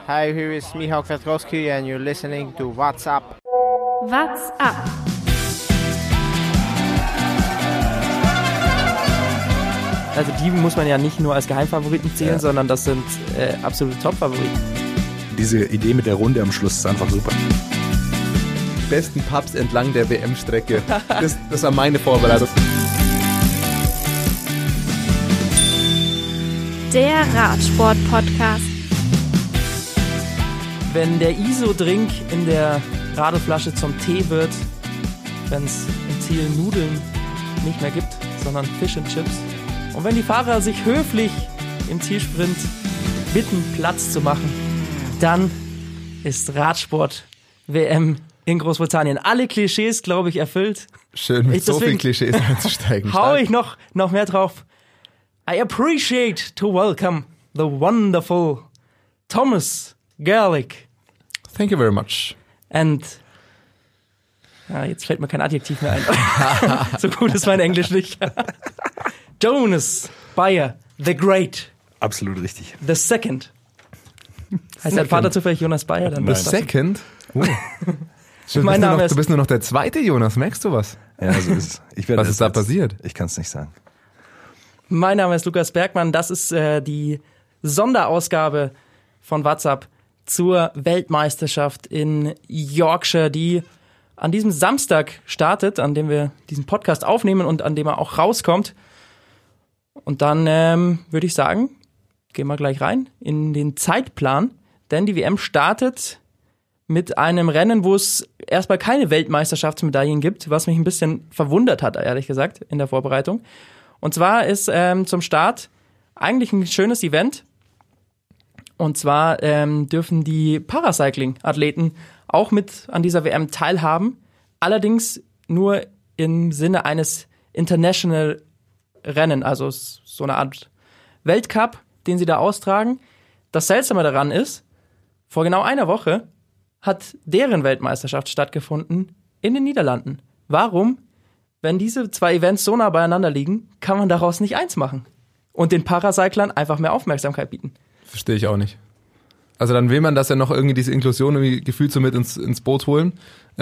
Hi, here is Michał Kwiatkowski and you're listening to What's Up. What's Up? Also die muss man ja nicht nur als Geheimfavoriten zählen, sondern das sind absolute Top-Favoriten. Diese Idee mit der Runde am Schluss ist einfach super. Die besten Pubs entlang der WM-Strecke. Das war meine Vorbereitung. Der Radsport-Podcast. Wenn der ISO-Drink in der Radlflasche zum Tee wird, wenn es im Ziel Nudeln nicht mehr gibt, sondern Fish and Chips. Und wenn die Fahrer sich höflich im Zielsprint bitten, Platz zu machen, dann ist Radsport-WM in Großbritannien. Alle Klischees, glaube ich, erfüllt. Schön, mit so vielen Klischees einzusteigen. Hau ich noch mehr drauf. I appreciate to welcome the wonderful Thomas Gerlich. Thank you very much. And jetzt fällt mir kein Adjektiv mehr ein. So gut ist mein Englisch nicht. Jonas Bayer, the Great. Absolut richtig. The Second. Heißt dein Vater zufällig Jonas Bayer? Dann The Second? Oh. Du bist nur noch der zweite Jonas, merkst du was? Ja, so ist es. Was ist da passiert? Ich kann es nicht sagen. Mein Name ist Lukas Bergmann. Das ist die Sonderausgabe von What's Up zur Weltmeisterschaft in Yorkshire, die an diesem Samstag startet, an dem wir diesen Podcast aufnehmen und an dem er auch rauskommt. Und dann würde ich sagen, gehen wir gleich rein in den Zeitplan, denn die WM startet mit einem Rennen, wo es erstmal keine Weltmeisterschaftsmedaillen gibt, was mich ein bisschen verwundert hat, ehrlich gesagt, in der Vorbereitung. Und zwar ist zum Start eigentlich ein schönes Event. Und zwar dürfen die Paracycling-Athleten auch mit an dieser WM teilhaben. Allerdings nur im Sinne eines International Rennen, also so eine Art Weltcup, den sie da austragen. Das Seltsame daran ist, vor genau einer Woche hat deren Weltmeisterschaft stattgefunden in den Niederlanden. Warum, wenn diese zwei Events so nah beieinander liegen, kann man daraus nicht eins machen und den Paracyclern einfach mehr Aufmerksamkeit bieten? Verstehe ich auch nicht. Also dann will man das ja noch irgendwie diese Inklusion irgendwie gefühlt so mit ins Boot holen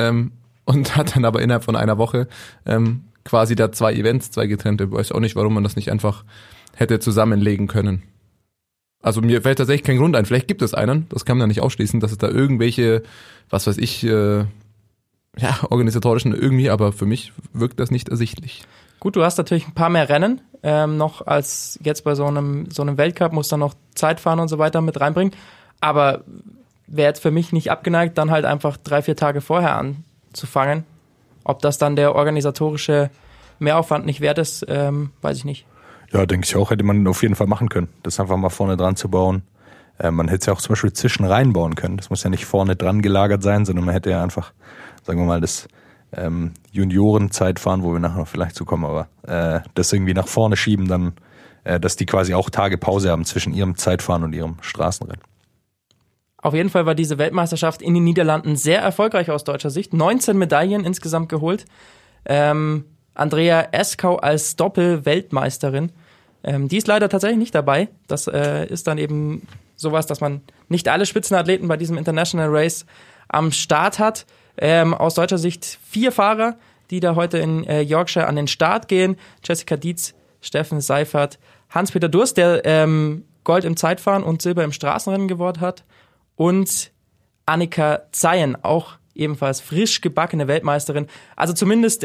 und hat dann aber innerhalb von einer Woche quasi da zwei Events, zwei getrennte. Ich weiß auch nicht, warum man das nicht einfach hätte zusammenlegen können. Also mir fällt tatsächlich kein Grund ein. Vielleicht gibt es einen, das kann man ja nicht ausschließen, dass es da irgendwelche, was weiß ich, organisatorischen irgendwie, aber für mich wirkt das nicht ersichtlich. Gut, du hast natürlich ein paar mehr Rennen noch als jetzt bei so einem Weltcup, musst dann noch Zeit fahren und so weiter mit reinbringen. Aber wäre jetzt für mich nicht abgeneigt, dann halt einfach 3-4 Tage vorher anzufangen. Ob das dann der organisatorische Mehraufwand nicht wert ist, weiß ich nicht. Ja, denke ich auch, hätte man auf jeden Fall machen können, das einfach mal vorne dran zu bauen. Man hätte es ja auch zum Beispiel zwischen reinbauen können. Das muss ja nicht vorne dran gelagert sein, sondern man hätte ja einfach, sagen wir mal, das Juniorenzeitfahren, wo wir nachher noch vielleicht zukommen, aber das irgendwie nach vorne schieben, dann, dass die quasi auch Tage Pause haben zwischen ihrem Zeitfahren und ihrem Straßenrennen. Auf jeden Fall war diese Weltmeisterschaft in den Niederlanden sehr erfolgreich aus deutscher Sicht. 19 Medaillen insgesamt geholt. Andrea Eskau als Doppel-Weltmeisterin. Die ist leider tatsächlich nicht dabei. Das ist dann eben sowas, dass man nicht alle Spitzenathleten bei diesem International Race am Start hat. Aus deutscher Sicht 4 Fahrer, die da heute in Yorkshire an den Start gehen. Jessica Dietz, Steffen Seifert, Hans-Peter Durst, der Gold im Zeitfahren und Silber im Straßenrennen gewonnen hat. Und Annika Zeyen, auch ebenfalls frisch gebackene Weltmeisterin. Also zumindest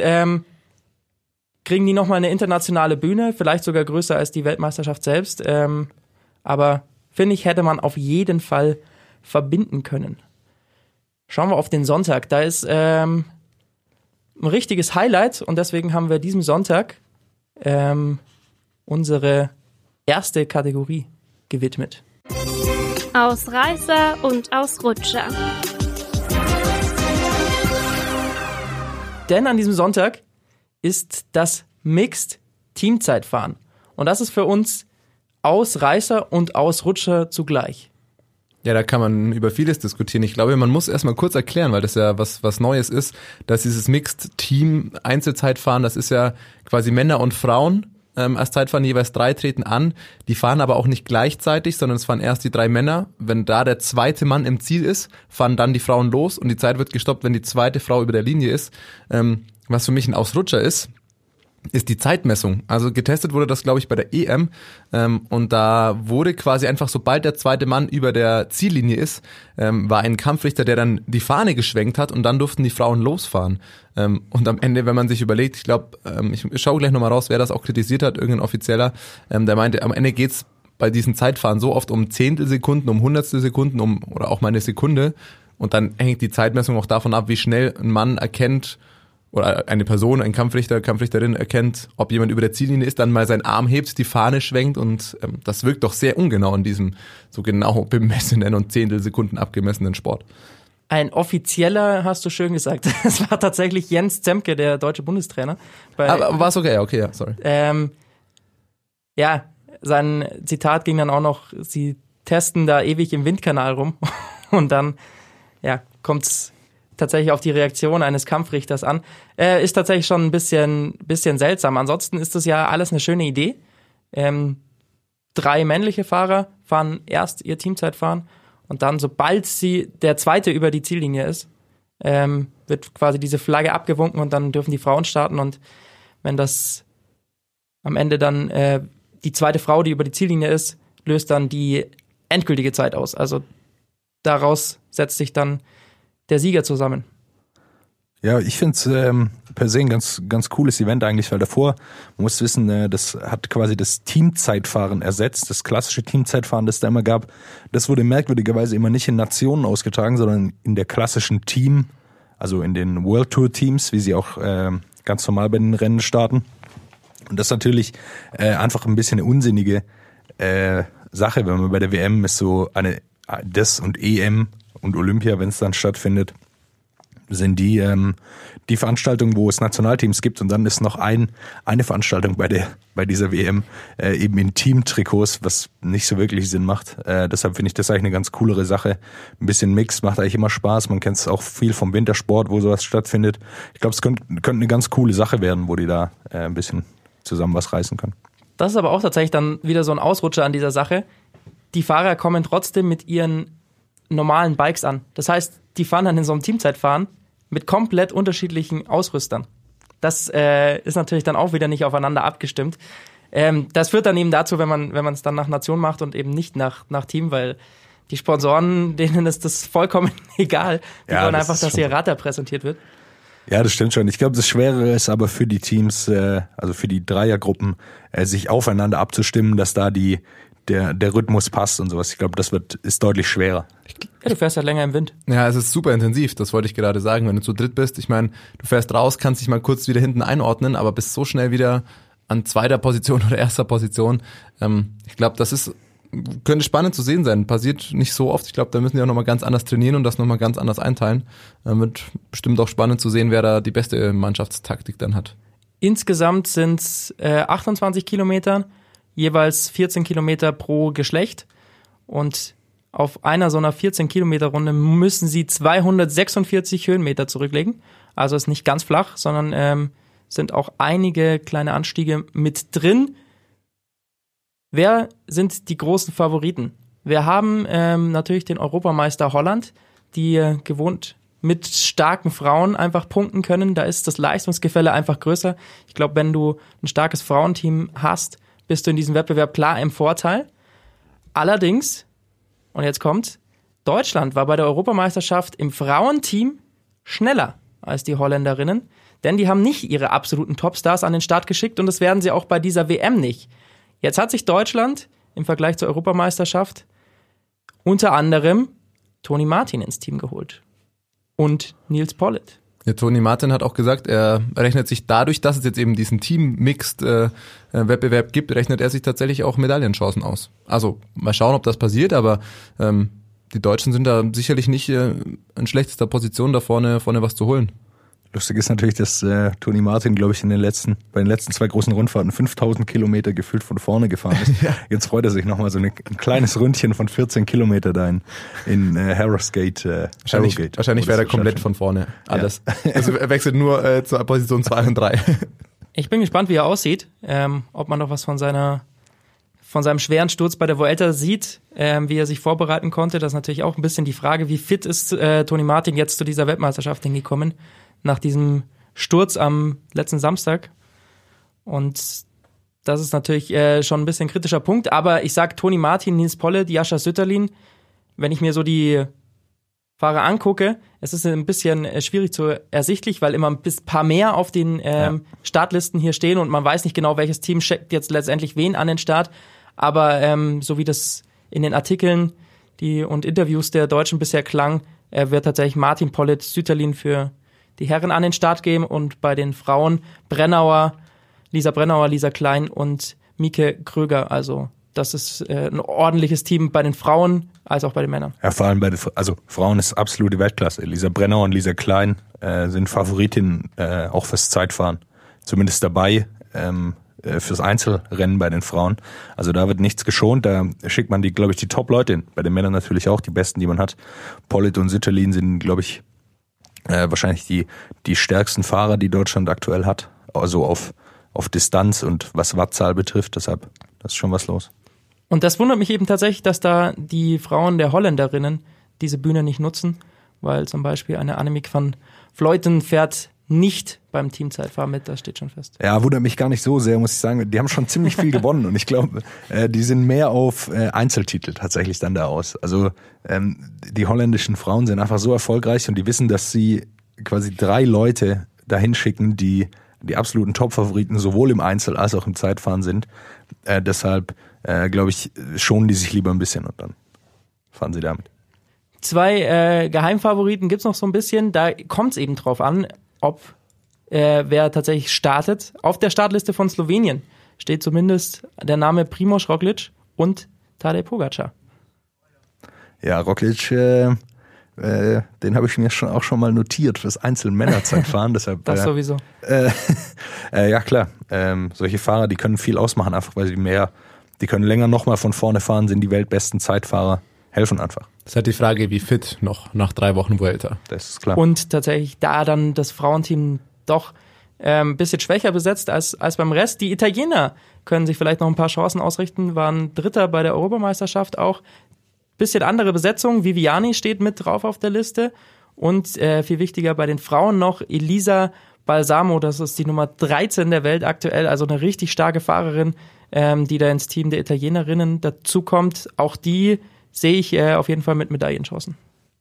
kriegen die nochmal eine internationale Bühne, vielleicht sogar größer als die Weltmeisterschaft selbst. Aber finde ich, hätte man auf jeden Fall verbinden können. Schauen wir auf den Sonntag. Da ist ein richtiges Highlight und deswegen haben wir diesem Sonntag unsere erste Kategorie gewidmet. Ausreißer und Ausrutscher. Denn an diesem Sonntag ist das Mixed Teamzeitfahren. Und das ist für uns Ausreißer und Ausrutscher zugleich. Ja, da kann man über vieles diskutieren. Ich glaube, man muss erstmal kurz erklären, weil das ja was Neues ist, dass dieses Mixed Team Einzelzeitfahren, das ist ja quasi Männer und Frauen als Zeitfahren, jeweils 3 treten an. Die fahren aber auch nicht gleichzeitig, sondern es fahren erst die 3 Männer. Wenn da der zweite Mann im Ziel ist, fahren dann die Frauen los und die Zeit wird gestoppt, wenn die zweite Frau über der Linie ist. Was für mich ein Ausrutscher ist die Zeitmessung. Also getestet wurde das, glaube ich, bei der EM und da wurde quasi einfach, sobald der zweite Mann über der Ziellinie ist, war ein Kampfrichter, der dann die Fahne geschwenkt hat und dann durften die Frauen losfahren. Und am Ende, wenn man sich überlegt, ich glaube, ich schaue gleich nochmal raus, wer das auch kritisiert hat, irgendein Offizieller, der meinte, am Ende geht's bei diesen Zeitfahren so oft um Zehntelsekunden, um Hundertstelsekunden, oder auch mal eine Sekunde und dann hängt die Zeitmessung auch davon ab, wie schnell ein Mann erkennt, oder eine Person, ein Kampfrichter, Kampfrichterin erkennt, ob jemand über der Ziellinie ist, dann mal seinen Arm hebt, die Fahne schwenkt und das wirkt doch sehr ungenau in diesem so genau bemessenen und Zehntelsekunden abgemessenen Sport. Ein offizieller, hast du schön gesagt. Es war tatsächlich Jens Zemke, der deutsche Bundestrainer. Aber war es okay, ja, sorry. Ja, sein Zitat ging dann auch noch, sie testen da ewig im Windkanal rum und dann kommt's tatsächlich auf die Reaktion eines Kampfrichters an. Ist tatsächlich schon ein bisschen seltsam. Ansonsten ist das ja alles eine schöne Idee. 3 männliche Fahrer fahren erst ihr Teamzeitfahren und dann, sobald der zweite über die Ziellinie ist, wird quasi diese Flagge abgewunken und dann dürfen die Frauen starten und wenn das am Ende dann die zweite Frau, die über die Ziellinie ist, löst dann die endgültige Zeit aus. Also daraus setzt sich dann der Sieger zusammen. Ja, ich finde es per se ein ganz cooles Event eigentlich, weil davor, man muss wissen, das hat quasi das Teamzeitfahren ersetzt, das klassische Teamzeitfahren, das da immer gab. Das wurde merkwürdigerweise immer nicht in Nationen ausgetragen, sondern in der klassischen Team, also in den World Tour Teams, wie sie auch ganz normal bei den Rennen starten. Und das ist natürlich einfach ein bisschen eine unsinnige Sache, wenn man bei der WM ist so das und EM und Olympia, wenn es dann stattfindet, sind die Veranstaltungen, wo es Nationalteams gibt und dann ist noch eine Veranstaltung bei dieser WM eben in Teamtrikots, was nicht so wirklich Sinn macht. Deshalb finde ich das eigentlich eine ganz coolere Sache. Ein bisschen Mix, macht eigentlich immer Spaß. Man kennt es auch viel vom Wintersport, wo sowas stattfindet. Ich glaube, es könnte eine ganz coole Sache werden, wo die da ein bisschen zusammen was reißen können. Das ist aber auch tatsächlich dann wieder so ein Ausrutscher an dieser Sache. Die Fahrer kommen trotzdem mit ihren normalen Bikes an. Das heißt, die fahren dann in so einem Teamzeitfahren mit komplett unterschiedlichen Ausrüstern. Das ist natürlich dann auch wieder nicht aufeinander abgestimmt. Das führt dann eben dazu, wenn man es dann nach Nation macht und eben nicht nach Team, weil die Sponsoren, denen ist das vollkommen egal. Die wollen einfach, dass ihr Rad da präsentiert wird. Ja, das stimmt schon. Ich glaube, das Schwere ist aber für die Teams, also für die Dreiergruppen, sich aufeinander abzustimmen, dass da der Rhythmus passt und sowas. Ich glaube, ist deutlich schwerer. Ja, du fährst halt länger im Wind. Ja, es ist super intensiv, das wollte ich gerade sagen, wenn du zu dritt bist. Ich meine, du fährst raus, kannst dich mal kurz wieder hinten einordnen, aber bist so schnell wieder an 2. Position oder 1. Position. Ich glaube, könnte spannend zu sehen sein. Passiert nicht so oft. Ich glaube, da müssen die auch nochmal ganz anders trainieren und das nochmal ganz anders einteilen. Wird bestimmt auch spannend zu sehen, wer da die beste Mannschaftstaktik dann hat. Insgesamt sind es 28 Kilometer, jeweils 14 Kilometer pro Geschlecht und auf einer so einer 14-Kilometer-Runde müssen sie 246 Höhenmeter zurücklegen. Also ist nicht ganz flach, sondern sind auch einige kleine Anstiege mit drin. Wer sind die großen Favoriten? Wir haben natürlich den Europameister Holland, die gewohnt mit starken Frauen einfach punkten können. Da ist das Leistungsgefälle einfach größer. Ich glaube, wenn du ein starkes Frauenteam hast, bist du in diesem Wettbewerb klar im Vorteil. Allerdings, und jetzt kommt's, Deutschland war bei der Europameisterschaft im Frauenteam schneller als die Holländerinnen, denn die haben nicht ihre absoluten Topstars an den Start geschickt und das werden sie auch bei dieser WM nicht. Jetzt hat sich Deutschland im Vergleich zur Europameisterschaft unter anderem Toni Martin ins Team geholt und Nils Politt. Ja, Toni Martin hat auch gesagt, er rechnet sich dadurch, dass es jetzt eben diesen Team-Mixed-Wettbewerb gibt, rechnet er sich tatsächlich auch Medaillenchancen aus. Also mal schauen, ob das passiert, aber die Deutschen sind da sicherlich nicht in schlechtester Position, da vorne was zu holen. Lustig ist natürlich, dass Toni Martin, glaube ich, bei den letzten 2 großen Rundfahrten 5000 Kilometer gefühlt von vorne gefahren ist. Ja. Jetzt freut er sich nochmal so ein kleines Ründchen von 14 Kilometer da in Harrogate. Wahrscheinlich wäre er komplett von vorne. Alles. Ja. Also er wechselt nur zur Position 2 und 3. Ich bin gespannt, wie er aussieht, ob man noch was von seinem schweren Sturz bei der Vuelta sieht, wie er sich vorbereiten konnte. Das ist natürlich auch ein bisschen die Frage, wie fit ist Toni Martin jetzt zu dieser Weltmeisterschaft hingekommen, nach diesem Sturz am letzten Samstag. Und das ist natürlich schon ein bisschen ein kritischer Punkt. Aber ich sag Toni Martin, Nils Polle, Jascha Sütterlin, wenn ich mir so die Fahrer angucke, es ist ein bisschen schwierig zu ersichtlich, weil immer ein paar mehr auf den Startlisten hier stehen und man weiß nicht genau, welches Team schickt jetzt letztendlich wen an den Start. Aber so wie das in den Artikeln und Interviews der Deutschen bisher klang, wird tatsächlich Martin Pollitt Sütterlin für die Herren an den Start geben und bei den Frauen Lisa Brennauer, Lisa Klein und Mieke Kröger. Also das ist ein ordentliches Team bei den Frauen als auch bei den Männern. Ja, vor allem Frauen ist absolute Weltklasse. Lisa Brennauer und Lisa Klein sind Favoritinnen auch fürs Zeitfahren. Zumindest dabei fürs Einzelrennen bei den Frauen. Also da wird nichts geschont. Da schickt man die Top-Leute hin. Bei den Männern natürlich auch die besten, die man hat. Pollitt und Sütterlin sind, glaube ich, wahrscheinlich die stärksten Fahrer, die Deutschland aktuell hat. Also auf Distanz und was Wattzahl betrifft. Deshalb, da ist schon was los. Und das wundert mich eben tatsächlich, dass da die Frauen der Holländerinnen diese Bühne nicht nutzen, weil zum Beispiel eine Annemiek van Vleuten fährt nicht beim Teamzeitfahren mit, das steht schon fest. Ja, wundert mich gar nicht so sehr, muss ich sagen. Die haben schon ziemlich viel gewonnen und ich glaube, die sind mehr auf Einzeltitel tatsächlich dann da aus. Also die holländischen Frauen sind einfach so erfolgreich und die wissen, dass sie quasi 3 Leute dahin schicken, die absoluten Top-Favoriten sowohl im Einzel- als auch im Zeitfahren sind. Deshalb, glaube ich, schonen die sich lieber ein bisschen und dann fahren sie damit. 2 Geheimfavoriten gibt's noch so ein bisschen. Da kommt's eben drauf an, ob wer tatsächlich startet. Auf der Startliste von Slowenien steht zumindest der Name Primož Roglič und Tadej Pogačar. Ja, Roglič, den habe ich mir auch schon mal notiert fürs Einzelmännerzeitfahren. Deshalb, das sowieso. Ja, klar. Solche Fahrer, die können viel ausmachen, einfach weil die können länger nochmal von vorne fahren, sind die weltbesten Zeitfahrer, helfen einfach. Das ist halt die Frage, wie fit noch nach 3 Wochen Vuelta. Das ist klar. Und tatsächlich da dann das Frauenteam doch ein bisschen schwächer besetzt als beim Rest. Die Italiener können sich vielleicht noch ein paar Chancen ausrichten, waren Dritter bei der Europameisterschaft auch. Bisschen andere Besetzung, Viviani steht mit drauf auf der Liste und viel wichtiger bei den Frauen noch Elisa Balsamo, das ist die Nummer 13 der Welt aktuell, also eine richtig starke Fahrerin, die da ins Team der Italienerinnen dazukommt. Auch die sehe ich auf jeden Fall mit Medaillenchancen.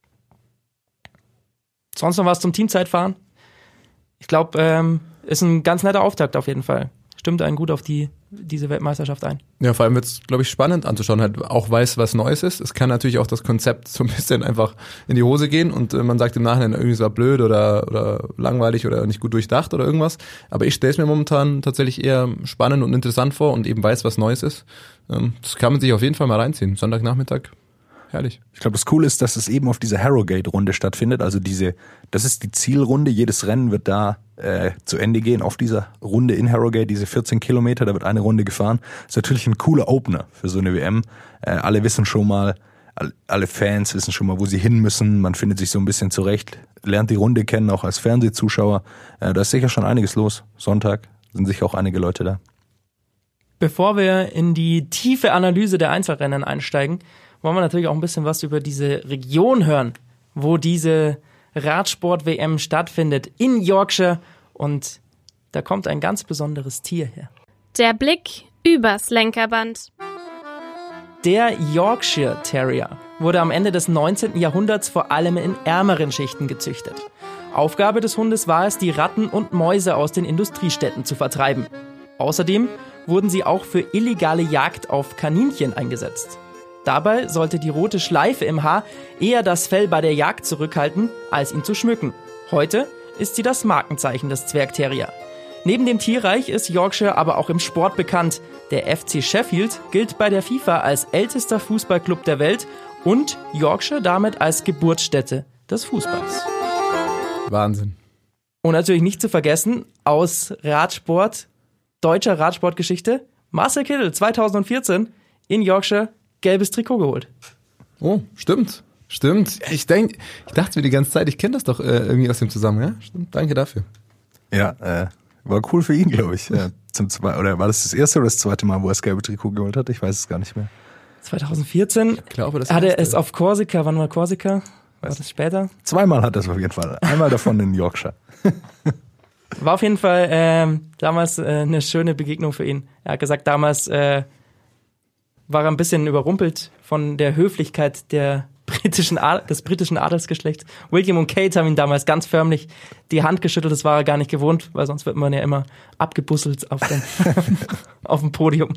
Sonst noch was zum Teamzeitfahren? Ich glaube, ist ein ganz netter Auftakt auf jeden Fall. Stimmt einen gut auf diese Weltmeisterschaft ein. Ja, vor allem wird es, glaube ich, spannend anzuschauen, halt auch weiß, was Neues ist. Es kann natürlich auch das Konzept so ein bisschen einfach in die Hose gehen und man sagt im Nachhinein, irgendwie es war blöd oder langweilig oder nicht gut durchdacht oder irgendwas. Aber ich stelle es mir momentan tatsächlich eher spannend und interessant vor und eben weiß, was Neues ist. Das kann man sich auf jeden Fall mal reinziehen. Sonntagnachmittag. Herrlich. Ich glaube, das Coole ist, dass es eben auf dieser Harrogate-Runde stattfindet. Also das ist die Zielrunde. Jedes Rennen wird da zu Ende gehen auf dieser Runde in Harrogate, diese 14 Kilometer, da wird eine Runde gefahren. Ist natürlich ein cooler Opener für so eine WM. Alle wissen schon mal, alle Fans wissen schon mal, wo sie hin müssen. Man findet sich so ein bisschen zurecht, lernt die Runde kennen, auch als Fernsehzuschauer. Da ist sicher schon einiges los. Sonntag sind sicher auch einige Leute da. Bevor wir in die tiefe Analyse der Einzelrennen einsteigen, wollen wir natürlich auch ein bisschen was über diese Region hören, wo diese Radsport-WM stattfindet, in Yorkshire. Und da kommt ein ganz besonderes Tier her. Der Blick übers Lenkerband. Der Yorkshire Terrier wurde am Ende des 19. Jahrhunderts vor allem in ärmeren Schichten gezüchtet. Aufgabe des Hundes war es, die Ratten und Mäuse aus den Industriestädten zu vertreiben. Außerdem wurden sie auch für illegale Jagd auf Kaninchen eingesetzt. Dabei sollte die rote Schleife im Haar eher das Fell bei der Jagd zurückhalten, als ihn zu schmücken. Heute ist sie das Markenzeichen des Zwergterrier. Neben dem Tierreich ist Yorkshire aber auch im Sport bekannt. Der FC Sheffield gilt bei der FIFA als ältester Fußballclub der Welt und Yorkshire damit als Geburtsstätte des Fußballs. Wahnsinn. Und natürlich nicht zu vergessen, aus Radsport, deutscher Radsportgeschichte, Marcel Kittel 2014 in Yorkshire gelbes Trikot geholt. Oh, stimmt. Ich dachte mir die ganze Zeit, ich kenne das doch irgendwie aus dem Zusammenhang. Ja? Stimmt, danke dafür. Ja, War cool für ihn, glaube ich. Ja, oder war das erste oder das zweite Mal, wo er das gelbe Trikot geholt hat? Ich weiß es gar nicht mehr. 2014 Ich glaube, das hat er erste. es auf Korsika. Wann war Korsika? War das später? Zweimal hat er es auf jeden Fall. Einmal davon in Yorkshire. War auf jeden Fall damals eine schöne Begegnung für ihn. Er hat gesagt, damals war er ein bisschen überrumpelt von der Höflichkeit des britischen Adelsgeschlechts. William und Kate haben ihm damals ganz förmlich die Hand geschüttelt. Das war er gar nicht gewohnt, weil sonst wird man ja immer abgebusselt auf dem Podium.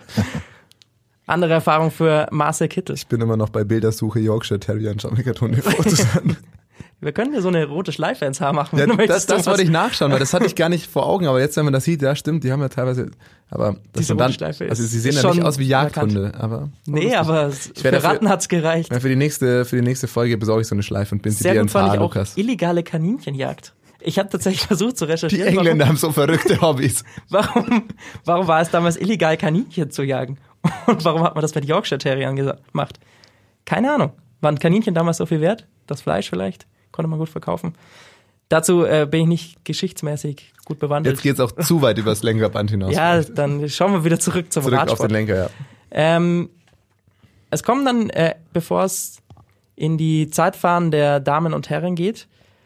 Andere Erfahrung für Marcel Kittel. Ich bin immer noch bei Bildersuche Yorkshire Terrier und schau mir gerade Hundefotos an. Wir können dir so eine rote Schleife ins Haar machen. Ja, wenn du möchtest, das wollte ich nachschauen, weil das hatte ich gar nicht vor Augen. Aber jetzt, wenn man das sieht, ja stimmt, die haben ja teilweise, aber das Diese und dann, rote Schleife ist also sie sehen ja schon nicht aus wie Jagdhunde, aber Nee, aber für Ratten hat's gereicht. ja, für die nächste Folge besorge ich so eine Schleife und binde sie Sehr dir gut ins fand Haar, ich auch Lukas. illegale Kaninchenjagd. Ich habe tatsächlich versucht zu Die recherchieren, Engländer haben so verrückte Hobbys. warum war es damals illegal, Kaninchen zu jagen? Und warum hat man das mit Yorkshire Terriern gemacht? Keine Ahnung. Waren Kaninchen damals so viel wert? Das Fleisch vielleicht? Konnte man gut verkaufen. Dazu bin ich nicht geschichtsmäßig gut bewandelt. Jetzt geht's auch zu weit übers Lenkerband hinaus. Ja, dann schauen wir wieder zurück zum Zurück auf Radsport. den Lenker, ja. Es kommen dann, bevor es in die Zeitfahren der Damen und Herren geht,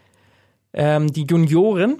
die Junioren.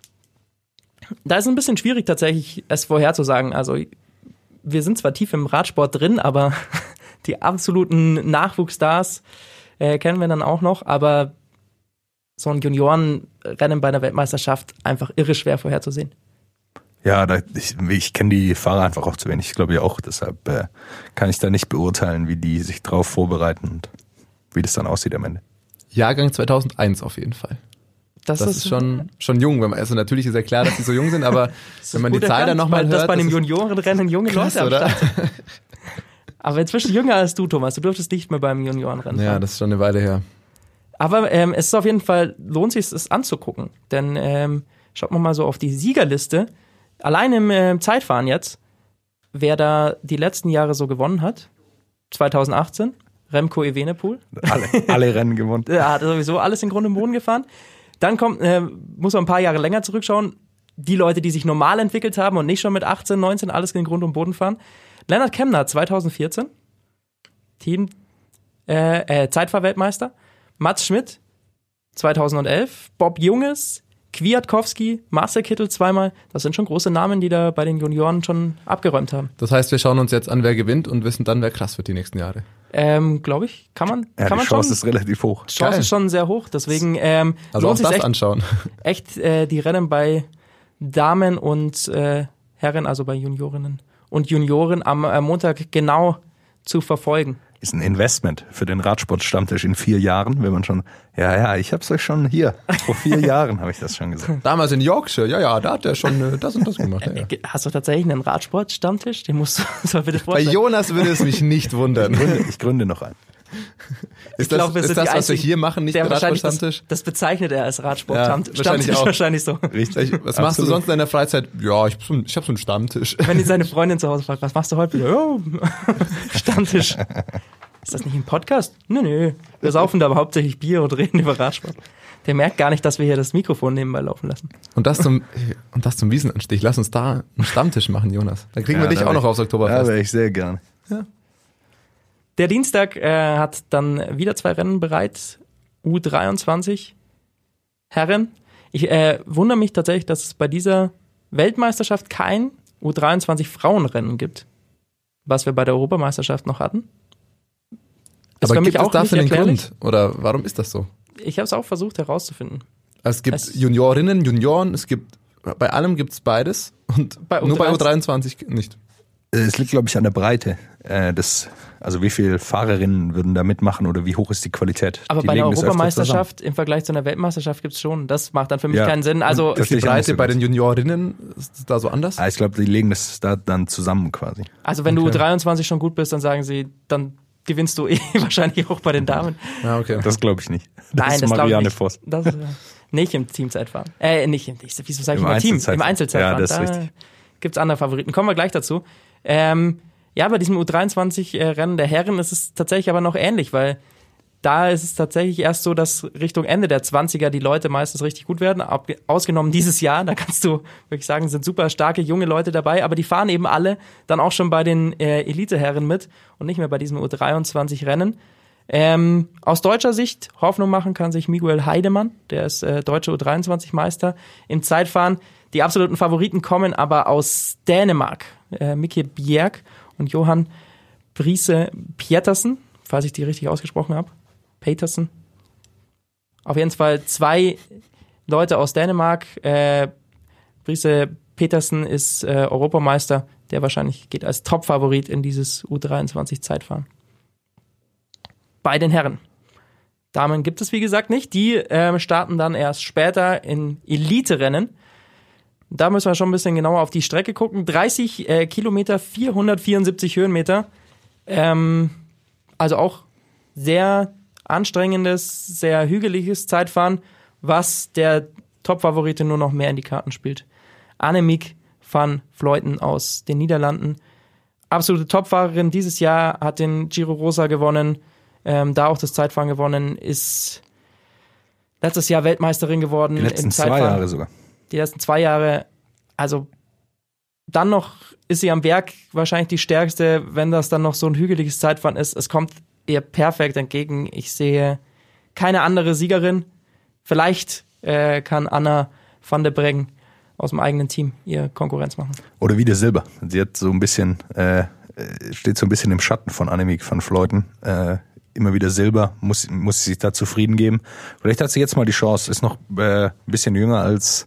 Da ist es ein bisschen schwierig tatsächlich, es vorherzusagen. Also wir sind zwar tief im Radsport drin, aber die absoluten Nachwuchsstars kennen wir dann auch noch, aber so ein Juniorenrennen bei der Weltmeisterschaft einfach irre schwer vorherzusehen. Ja, ich kenne die Fahrer einfach auch zu wenig. Ich glaube ja auch, deshalb kann ich da nicht beurteilen, wie die sich drauf vorbereiten und wie das dann aussieht am Ende. Jahrgang 2001 auf jeden Fall. Das ist schon jung. Wenn man, also natürlich ist ja klar, dass die so jung sind, aber wenn man die Zahl dann nochmal hört. Dass bei einem Juniorenrennen junge krass, Leute am oder? Start sind. Aber inzwischen jünger als du, Thomas. Du durftest nicht mehr beim Juniorenrennen Ja, fahren. das ist schon eine Weile her. Aber es ist auf jeden Fall, lohnt sich es anzugucken. Denn schaut man mal so auf die Siegerliste. Allein im Zeitfahren jetzt, wer da die letzten Jahre so gewonnen hat. 2018, Remco Evenepoel. Alle Rennen gewonnen. Er hat sowieso alles in Grund und Boden gefahren. Dann muss man ein paar Jahre länger zurückschauen. Die Leute, die sich normal entwickelt haben und nicht schon mit 18, 19 alles in Grund und Boden fahren. Lennart Kemner 2014, Zeitfahrweltmeister. Mats Schmidt 2011, Bob Junges, Kwiatkowski, Marcel Kittel zweimal. Das sind schon große Namen, die da bei den Junioren schon abgeräumt haben. Das heißt, wir schauen uns jetzt an, wer gewinnt und wissen dann, wer krass wird die nächsten Jahre. Glaube ich, kann man Ja, die schon. Chance ist relativ hoch. Die Chance Geil. ist schon sehr hoch, deswegen Also auch lohnt sich das echt, anschauen. echt die Rennen bei Damen und Herren, also bei Juniorinnen und Junioren am Montag genau zu verfolgen. Ist ein Investment für den Radsport-Stammtisch in 4 Jahren, wenn man schon, ich hab's euch schon hier, vor 4 Jahren habe ich das schon gesagt. Damals in Yorkshire, da hat er schon das und das gemacht. Ja. Hast du tatsächlich einen Radsport-Stammtisch? Den musst du bitte Bei vorstellen. Jonas würde es mich nicht wundern. Ich gründe noch einen. Ist das, glaube, wir sind die was wir Einzigen, hier machen, nicht der der wahrscheinlich Radsport-Stammtisch? das bezeichnet er als Radsport-Stammtisch. Ja, wahrscheinlich auch. Wahrscheinlich so. Richtig. Was machst du sonst in deiner Freizeit? Ja, ich hab so einen Stammtisch. Wenn ihn seine Freundin zu Hause fragt, was machst du heute? Ja, Stammtisch. Ist das nicht ein Podcast? Nee. Wir saufen da aber hauptsächlich Bier und reden über Radsport. Der merkt gar nicht, dass wir hier das Mikrofon nebenbei laufen lassen. Und das zum Wiesenanstich. Lass uns da einen Stammtisch machen, Jonas. Dann kriegen wir dich da auch wär noch aufs Ja, Oktoberfest. wäre ich sehr gerne. Der Dienstag hat dann wieder 2 Rennen bereit. U23 Herren. Ich wundere mich tatsächlich, dass es bei dieser Weltmeisterschaft kein U23 Frauenrennen gibt. Was wir bei der Europameisterschaft noch hatten. Ist Aber für mich gibt es auch dafür nicht einen erklärlich. Grund? Oder warum ist das so? Ich habe es auch versucht herauszufinden. Also es gibt Es- Juniorinnen, Junioren, bei allem gibt's beides und Bei nur bei U23 U23 nicht. Es liegt, glaube ich, an der Breite. Also wie viele Fahrerinnen würden da mitmachen oder wie hoch ist die Qualität? Aber Die bei einer legen das öfter Europameisterschaft im Vergleich zu einer Weltmeisterschaft gibt's schon. Das macht dann für mich Ja. keinen Sinn. Also Und das Die sehe ich auch Breite so bei ganz. den Juniorinnen ist da so anders? Ich glaube, die legen das da dann zusammen quasi. wenn du Okay. U23 schon gut bist, dann sagen sie, dann gewinnst du wahrscheinlich auch bei den Damen. Ja, okay. Das glaube ich nicht. Das Nein, ist das glaube ich Marianne nicht. Voss. Das ist, nicht im Teamzeitfahren. Wieso sage ich Im mal Team? Einzelzeitfahren. Im Einzelzeitfahren. Ja, das ist da richtig. gibt's andere Favoriten. Kommen wir gleich dazu. Bei diesem U23-Rennen der Herren ist es tatsächlich aber noch ähnlich, weil da ist es tatsächlich erst so, dass Richtung Ende der 20er die Leute meistens richtig gut werden. Ausgenommen dieses Jahr, da kannst du wirklich sagen, sind super starke junge Leute dabei, aber die fahren eben alle dann auch schon bei den Eliteherren mit und nicht mehr bei diesem U23-Rennen. Aus deutscher Sicht Hoffnung machen kann sich Miguel Heidemann, der ist deutsche U23-Meister im Zeitfahren. Die absoluten Favoriten kommen aber aus Dänemark. Mikke Bjerg und Johan Brise Pietersen, falls ich die richtig ausgesprochen habe. Petersen. Auf jeden Fall 2 Leute aus Dänemark. Brise Petersen ist Europameister, der wahrscheinlich geht als Top-Favorit in dieses U23-Zeitfahren. Bei den Herren. Damen gibt es, wie gesagt, nicht. Die starten dann erst später in Elite-Rennen. Da müssen wir schon ein bisschen genauer auf die Strecke gucken. 30 Kilometer, 474 Höhenmeter. Also auch sehr anstrengendes, sehr hügeliges Zeitfahren, was der Top-Favorite nur noch mehr in die Karten spielt. Annemiek van Vleuten aus den Niederlanden. Absolute Topfahrerin dieses Jahr, hat den Giro Rosa gewonnen, da auch das Zeitfahren gewonnen, ist letztes Jahr Weltmeisterin geworden. Die letzten im 2 Jahre sogar. Die letzten 2 Jahre, also dann noch ist sie am Berg wahrscheinlich die stärkste, wenn das dann noch so ein hügeliges Zeitfahren ist. Es kommt ihr perfekt entgegen. Ich sehe keine andere Siegerin. Vielleicht kann Anna van der Breggen aus dem eigenen Team ihr Konkurrenz machen. Oder wieder Silber. Sie hat so ein bisschen, steht so ein bisschen im Schatten von Annemiek van Vleuten. Immer wieder Silber, muss sie sich da zufrieden geben. Vielleicht hat sie jetzt mal die Chance, ist noch ein bisschen jünger als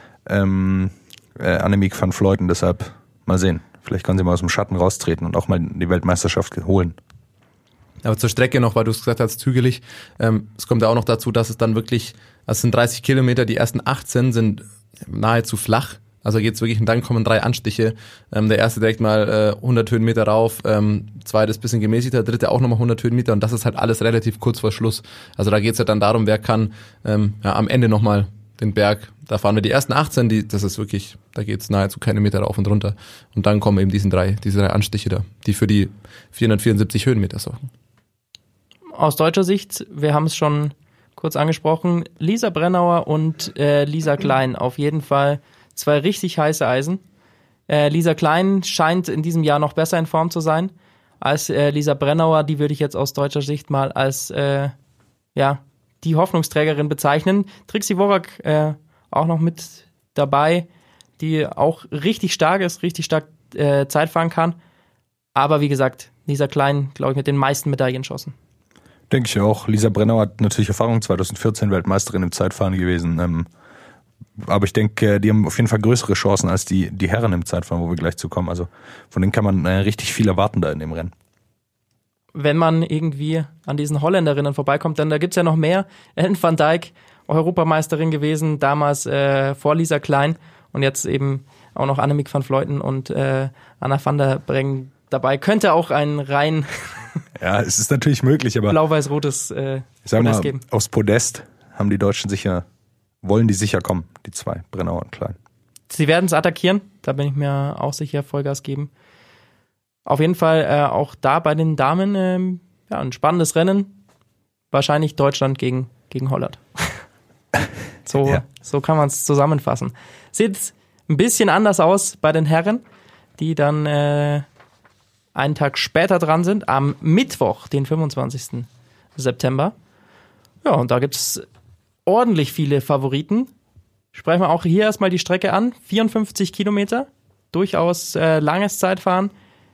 Annemiek van Vleuten, deshalb mal sehen. Vielleicht kann sie mal aus dem Schatten raustreten und auch mal die Weltmeisterschaft holen. Aber zur Strecke noch, weil du es gesagt hast, zügig. Es kommt ja auch noch dazu, dass es dann wirklich, also es sind 30 Kilometer, die ersten 18 sind nahezu flach. Also geht's wirklich und dann kommen 3 Anstiche. Der erste direkt mal 100 Höhenmeter rauf, zweites bisschen gemäßigter, dritte auch nochmal 100 Höhenmeter und das ist halt alles relativ kurz vor Schluss. Also da geht's ja dann darum, wer kann am Ende nochmal den Berg, da fahren wir die ersten 18, das ist wirklich, da geht's nahezu keine Meter rauf und runter. Und dann kommen eben diese drei Anstiche da, die für die 474 Höhenmeter sorgen. Aus deutscher Sicht, wir haben es schon kurz angesprochen, Lisa Brennauer und Lisa Klein auf jeden Fall 2 richtig heiße Eisen. Lisa Klein scheint in diesem Jahr noch besser in Form zu sein als Lisa Brennauer. Die würde ich jetzt aus deutscher Sicht mal als die Hoffnungsträgerin bezeichnen. Trixi Worrack auch noch mit dabei, die auch richtig stark ist, richtig stark Zeit fahren kann. Aber wie gesagt, Lisa Klein, glaube ich, mit den meisten Medaillenchancen. Denke ich auch. Lisa Brennauer hat natürlich Erfahrung, 2014 Weltmeisterin im Zeitfahren gewesen. Aber ich denke, die haben auf jeden Fall größere Chancen als die Herren im Zeitfahren, wo wir gleich zu kommen. Also von denen kann man richtig viel erwarten da in dem Rennen. Wenn man irgendwie an diesen Holländerinnen vorbeikommt, dann da gibt's ja noch mehr. Ellen van Dijk, Europameisterin gewesen, damals vor Lisa Klein und jetzt eben auch noch Annemiek van Vleuten und Anna van der Breggen dabei. Könnte auch ein rein ja, es ist natürlich möglich, aber blau-weiß-rotes ich sag mal, Podest geben. Aufs Podest haben die Deutschen wollen die sicher kommen, die 2, Brennauer und Klein. Sie werden es attackieren, da bin ich mir auch sicher, Vollgas geben. Auf jeden Fall auch da bei den Damen ein spannendes Rennen. Wahrscheinlich Deutschland gegen Holland. So kann man es zusammenfassen. Sieht ein bisschen anders aus bei den Herren, die dann einen Tag später dran sind, am Mittwoch, den 25. September. Ja, und da gibt's ordentlich viele Favoriten. Sprechen wir auch hier erstmal die Strecke an. 54 Kilometer, durchaus langes Zeitfahren.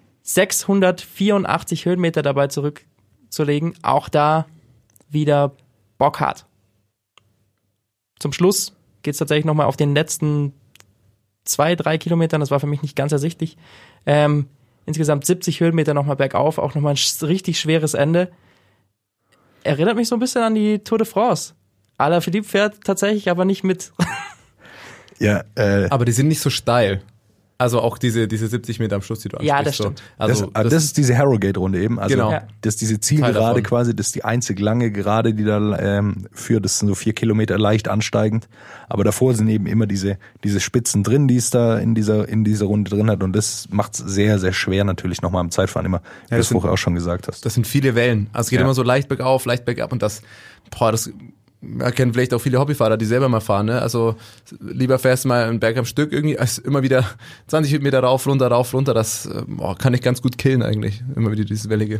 684 Höhenmeter dabei zurückzulegen. Auch da wieder bockhart. Zum Schluss geht es tatsächlich nochmal auf den letzten 2-3 Kilometern. Das war für mich nicht ganz ersichtlich. Insgesamt 70 Höhenmeter nochmal bergauf. Auch nochmal ein richtig schweres Ende. Erinnert mich so ein bisschen an die Tour de France. Alaphilippe fährt tatsächlich aber nicht mit. Ja, aber die sind nicht so steil. Also auch diese 70 Meter am Schluss, die du ansprichst. Ja, das stimmt. So. Also das ist diese Harrogate-Runde eben. Also Genau. das ist diese Zielgerade quasi, das ist die einzig lange Gerade, die da führt. Das sind so 4 Kilometer leicht ansteigend. Aber davor sind eben immer diese Spitzen drin, die es da in dieser Runde drin hat. Und das macht es sehr, sehr schwer natürlich nochmal am Zeitfahren immer, wie du es vorher auch schon gesagt hast. Das sind viele Wellen. Also es geht immer so leicht bergauf, leicht bergab und das kennen vielleicht auch viele Hobbyfahrer, die selber mal fahren. Ne? Also lieber fährst du mal einen Berg am Stück irgendwie, als immer wieder 20 Meter rauf, runter. Das kann ich ganz gut killen eigentlich, immer wieder dieses Wellige.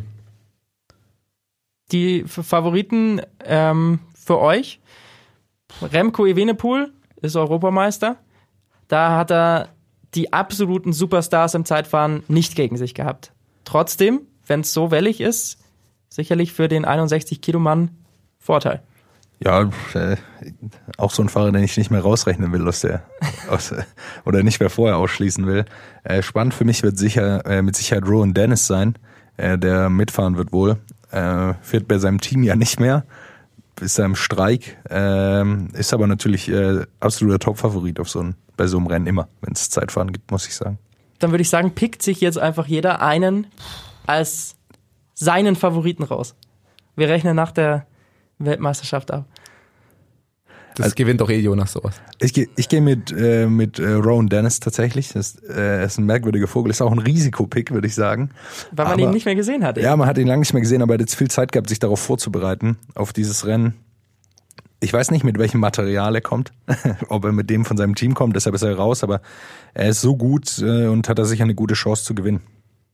Die Favoriten für euch, Remco Evenepoel ist Europameister. Da hat er die absoluten Superstars im Zeitfahren nicht gegen sich gehabt. Trotzdem, wenn es so wellig ist, sicherlich für den 61-Kilo-Mann Vorteil. Ja, auch so ein Fahrer, den ich nicht mehr rausrechnen will oder nicht mehr vorher ausschließen will. Spannend für mich wird mit Sicherheit Rowan Dennis sein, der mitfahren wird wohl. Fährt bei seinem Team ja nicht mehr, ist er im Streik, ist aber natürlich absoluter Top-Favorit bei so einem Rennen immer, wenn es Zeitfahren gibt, muss ich sagen. Dann würde ich sagen, pickt sich jetzt einfach jeder einen als seinen Favoriten raus. Wir rechnen nach der Weltmeisterschaft ab. Das gewinnt doch Jonas sowas. Ich gehe mit Rowan Dennis tatsächlich. Das ist ein merkwürdiger Vogel. Ist auch ein Risikopick, würde ich sagen. Weil man ihn nicht mehr gesehen hat. Ja, man hat ihn lange nicht mehr gesehen, aber er hat jetzt viel Zeit gehabt, sich darauf vorzubereiten, auf dieses Rennen. Ich weiß nicht, mit welchem Material er kommt, ob er mit dem von seinem Team kommt, deshalb ist er raus, aber er ist so gut und hat da sicher eine gute Chance zu gewinnen.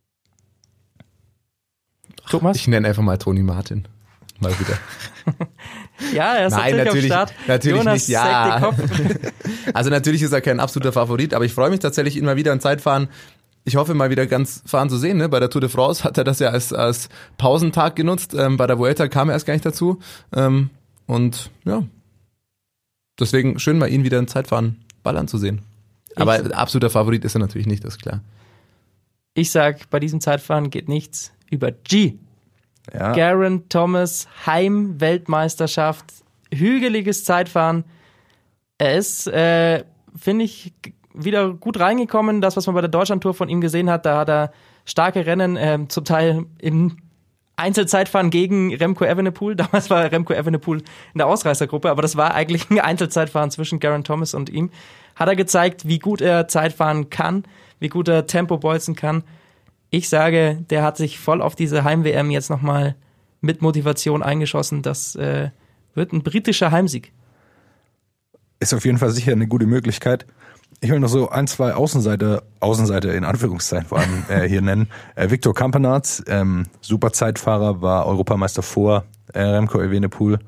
Thomas? Ich nenne einfach mal Toni Martin. Mal wieder. Ja, er ist natürlich am Start. Natürlich Jonas nicht, ja. senkt den Kopf. Also natürlich ist er kein absoluter Favorit, aber ich freue mich tatsächlich immer wieder im Zeitfahren. Ich hoffe mal wieder ganz fahren zu sehen. Ne? Bei der Tour de France hat er das ja als Pausentag genutzt. Bei der Vuelta kam er erst gar nicht dazu. Und ja, deswegen schön mal ihn wieder im Zeitfahren ballern zu sehen. Aber absoluter Favorit ist er natürlich nicht, das ist klar. Ich sag, bei diesem Zeitfahren geht nichts über G. Ja. Geraint Thomas, Heim-Weltmeisterschaft, hügeliges Zeitfahren. Er ist, finde ich, wieder gut reingekommen. Das, was man bei der Deutschlandtour von ihm gesehen hat, da hat er starke Rennen, zum Teil in Einzelzeitfahren gegen Remco Evenepoel. Damals war Remco Evenepoel in der Ausreißergruppe, aber das war eigentlich ein Einzelzeitfahren zwischen Geraint Thomas und ihm. Hat er gezeigt, wie gut er Zeitfahren kann, wie gut er Tempo bolzen kann. Ich sage, der hat sich voll auf diese Heim-WM jetzt nochmal mit Motivation eingeschossen. Das wird ein britischer Heimsieg. Ist auf jeden Fall sicher eine gute Möglichkeit. Ich will noch so 1, 2 Außenseiter in Anführungszeichen vor allem hier nennen. Victor Campenaerts, super Zeitfahrer, war Europameister vor Remco Evenepoel.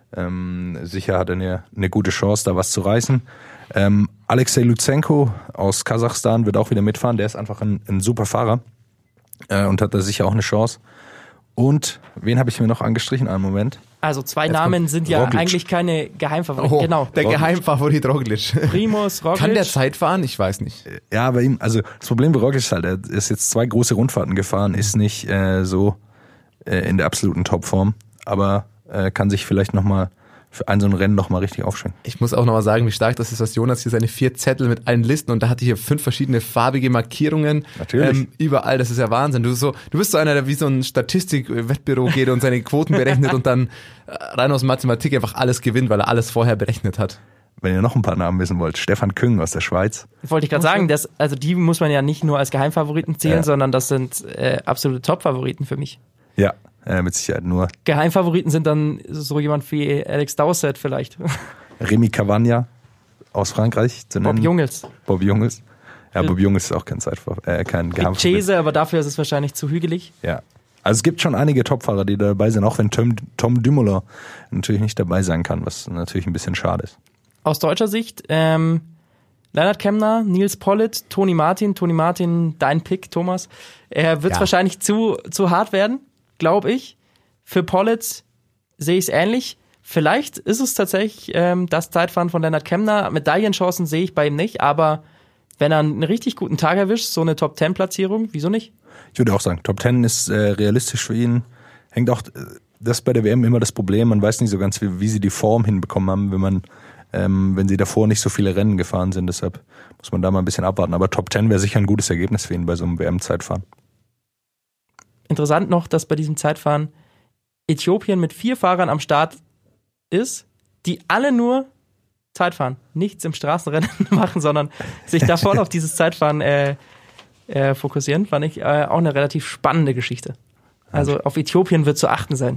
Sicher hat er eine gute Chance, da was zu reißen. Alexei Lutsenko aus Kasachstan wird auch wieder mitfahren. Der ist einfach ein super Fahrer. Und hat da sicher auch eine Chance. Und wen habe ich mir noch angestrichen? Einen Moment. Also 2 Namen sind ja Roglic. Eigentlich keine Geheimfavoriten. Oh, Genau. Der Geheimfavorit Roglic. Primus Roglic. Kann der Zeit fahren? Ich weiß nicht. Ja, bei ihm, also das Problem bei Roglic ist halt, er ist jetzt 2 große Rundfahrten gefahren, ist nicht so in der absoluten Topform, aber kann sich vielleicht nochmal für so ein Rennen nochmal richtig aufschwingen. Ich muss auch nochmal sagen, wie stark das ist, dass Jonas hier seine 4 Zettel mit allen Listen und da hatte hier 5 verschiedene farbige Markierungen. Natürlich. Überall, das ist ja Wahnsinn. Du bist so einer, der wie so ein Statistik-Wettbüro geht und seine Quoten berechnet und dann rein aus Mathematik einfach alles gewinnt, weil er alles vorher berechnet hat. Wenn ihr noch ein paar Namen wissen wollt, Stefan Küng aus der Schweiz. Wollte ich gerade sagen, also die muss man ja nicht nur als Geheimfavoriten zählen, sondern das sind absolute Top-Favoriten für mich. Ja, mit Sicherheit nur. Geheimfavoriten sind dann so jemand wie Alex Dowsett vielleicht. Remy Cavagna aus Frankreich zu nennen. Bob Jungels. Bob Jungels. Ja, Bob Jungels ist auch kein Geheimfavorit. Chase, aber dafür ist es wahrscheinlich zu hügelig. Ja. Also es gibt schon einige Topfahrer, die da dabei sind, auch wenn Tom Dumoulin natürlich nicht dabei sein kann, was natürlich ein bisschen schade ist. Aus deutscher Sicht, Lennart Kemna, Nils Pollitt, Toni Martin, dein Pick, Thomas. Er wird wahrscheinlich zu hart werden, glaube ich. Für Pollitt sehe ich es ähnlich. Vielleicht ist es tatsächlich das Zeitfahren von Lennart Kemna. Medaillenchancen sehe ich bei ihm nicht, aber wenn er einen richtig guten Tag erwischt, so eine Top-10-Platzierung, wieso nicht? Ich würde auch sagen, Top 10 ist realistisch für ihn. Hängt auch, das ist bei der WM immer das Problem, man weiß nicht so ganz, wie sie die Form hinbekommen haben, wenn man wenn sie davor nicht so viele Rennen gefahren sind. Deshalb muss man da mal ein bisschen abwarten. Aber Top 10 wäre sicher ein gutes Ergebnis für ihn bei so einem WM-Zeitfahren. Interessant noch, dass bei diesem Zeitfahren Äthiopien mit 4 Fahrern am Start ist, die alle nur Zeitfahren, nichts im Straßenrennen machen, sondern sich da voll auf dieses Zeitfahren fokussieren. Fand ich auch eine relativ spannende Geschichte. Also auf Äthiopien wird zu achten sein.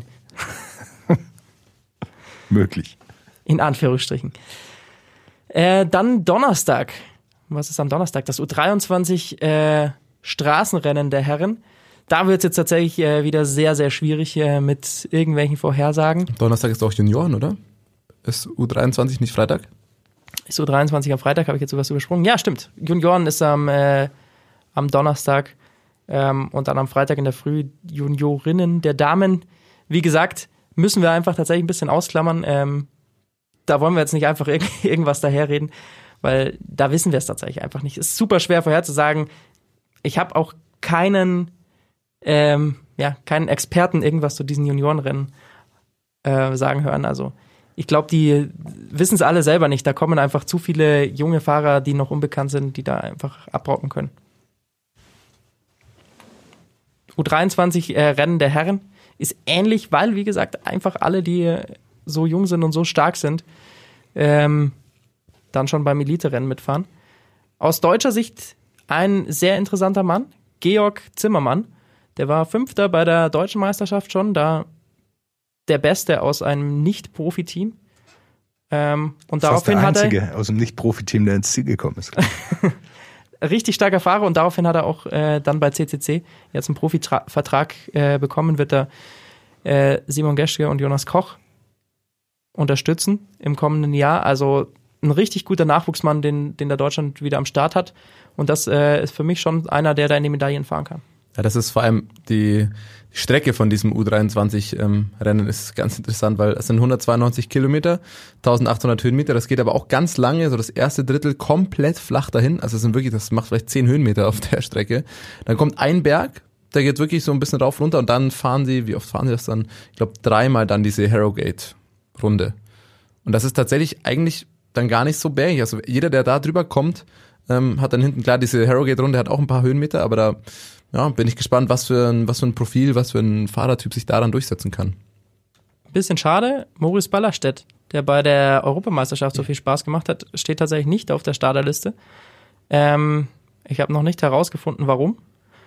Möglich. In Anführungsstrichen. Dann Donnerstag. Was ist am Donnerstag? Das U23 Straßenrennen der Herren. Da wird es jetzt tatsächlich wieder sehr, sehr schwierig mit irgendwelchen Vorhersagen. Donnerstag ist auch Junioren, oder? Ist U23 nicht Freitag? Ist U23 am Freitag, habe ich jetzt sowas übersprungen? Ja, stimmt. Junioren ist am Donnerstag und dann am Freitag in der Früh Juniorinnen der Damen. Wie gesagt, müssen wir einfach tatsächlich ein bisschen ausklammern. Da wollen wir jetzt nicht einfach irgendwas daherreden, weil da wissen wir es tatsächlich einfach nicht. Es ist super schwer vorherzusagen. Ich habe auch keinen Experten irgendwas zu diesen Juniorenrennen sagen hören. Also ich glaube, die wissen es alle selber nicht. Da kommen einfach zu viele junge Fahrer, die noch unbekannt sind, die da einfach abrocken können. U23 Rennen der Herren ist ähnlich, weil, wie gesagt, einfach alle, die so jung sind und so stark sind, dann schon beim Elite-Rennen mitfahren. Aus deutscher Sicht ein sehr interessanter Mann, Georg Zimmermann. Der war 5. bei der Deutschen Meisterschaft schon, da der Beste aus einem Nicht-Profi-Team. Und daraufhin hat er... der Einzige aus dem Nicht-Profi-Team, der ins Ziel gekommen ist. Richtig starker Fahrer und daraufhin hat er auch dann bei CCC jetzt einen Profivertrag bekommen, wird er Simon Geschke und Jonas Koch unterstützen im kommenden Jahr. Also ein richtig guter Nachwuchsmann, den der Deutschland wieder am Start hat. Und das ist für mich schon einer, der da in die Medaillen fahren kann. Ja, das ist vor allem die Strecke von diesem U23-Rennen ist ganz interessant, weil es sind 192 Kilometer, 1800 Höhenmeter, das geht aber auch ganz lange, so das erste Drittel komplett flach dahin, also es sind wirklich, das macht vielleicht 10 Höhenmeter auf der Strecke. Dann kommt ein Berg, der geht wirklich so ein bisschen rauf runter und dann fahren sie, wie oft fahren sie das dann? Ich glaube 3-mal dann diese Harrogate-Runde. Und das ist tatsächlich eigentlich dann gar nicht so bergig, also jeder, der da drüber kommt, hat dann hinten, klar, diese Harrogate-Runde hat auch ein paar Höhenmeter, aber da bin ich gespannt, was für ein Profil, was für ein Fahrertyp sich daran durchsetzen kann. Bisschen schade, Maurice Ballerstedt, der bei der Europameisterschaft so viel Spaß gemacht hat, steht tatsächlich nicht auf der Starterliste. Ich habe noch nicht herausgefunden, warum.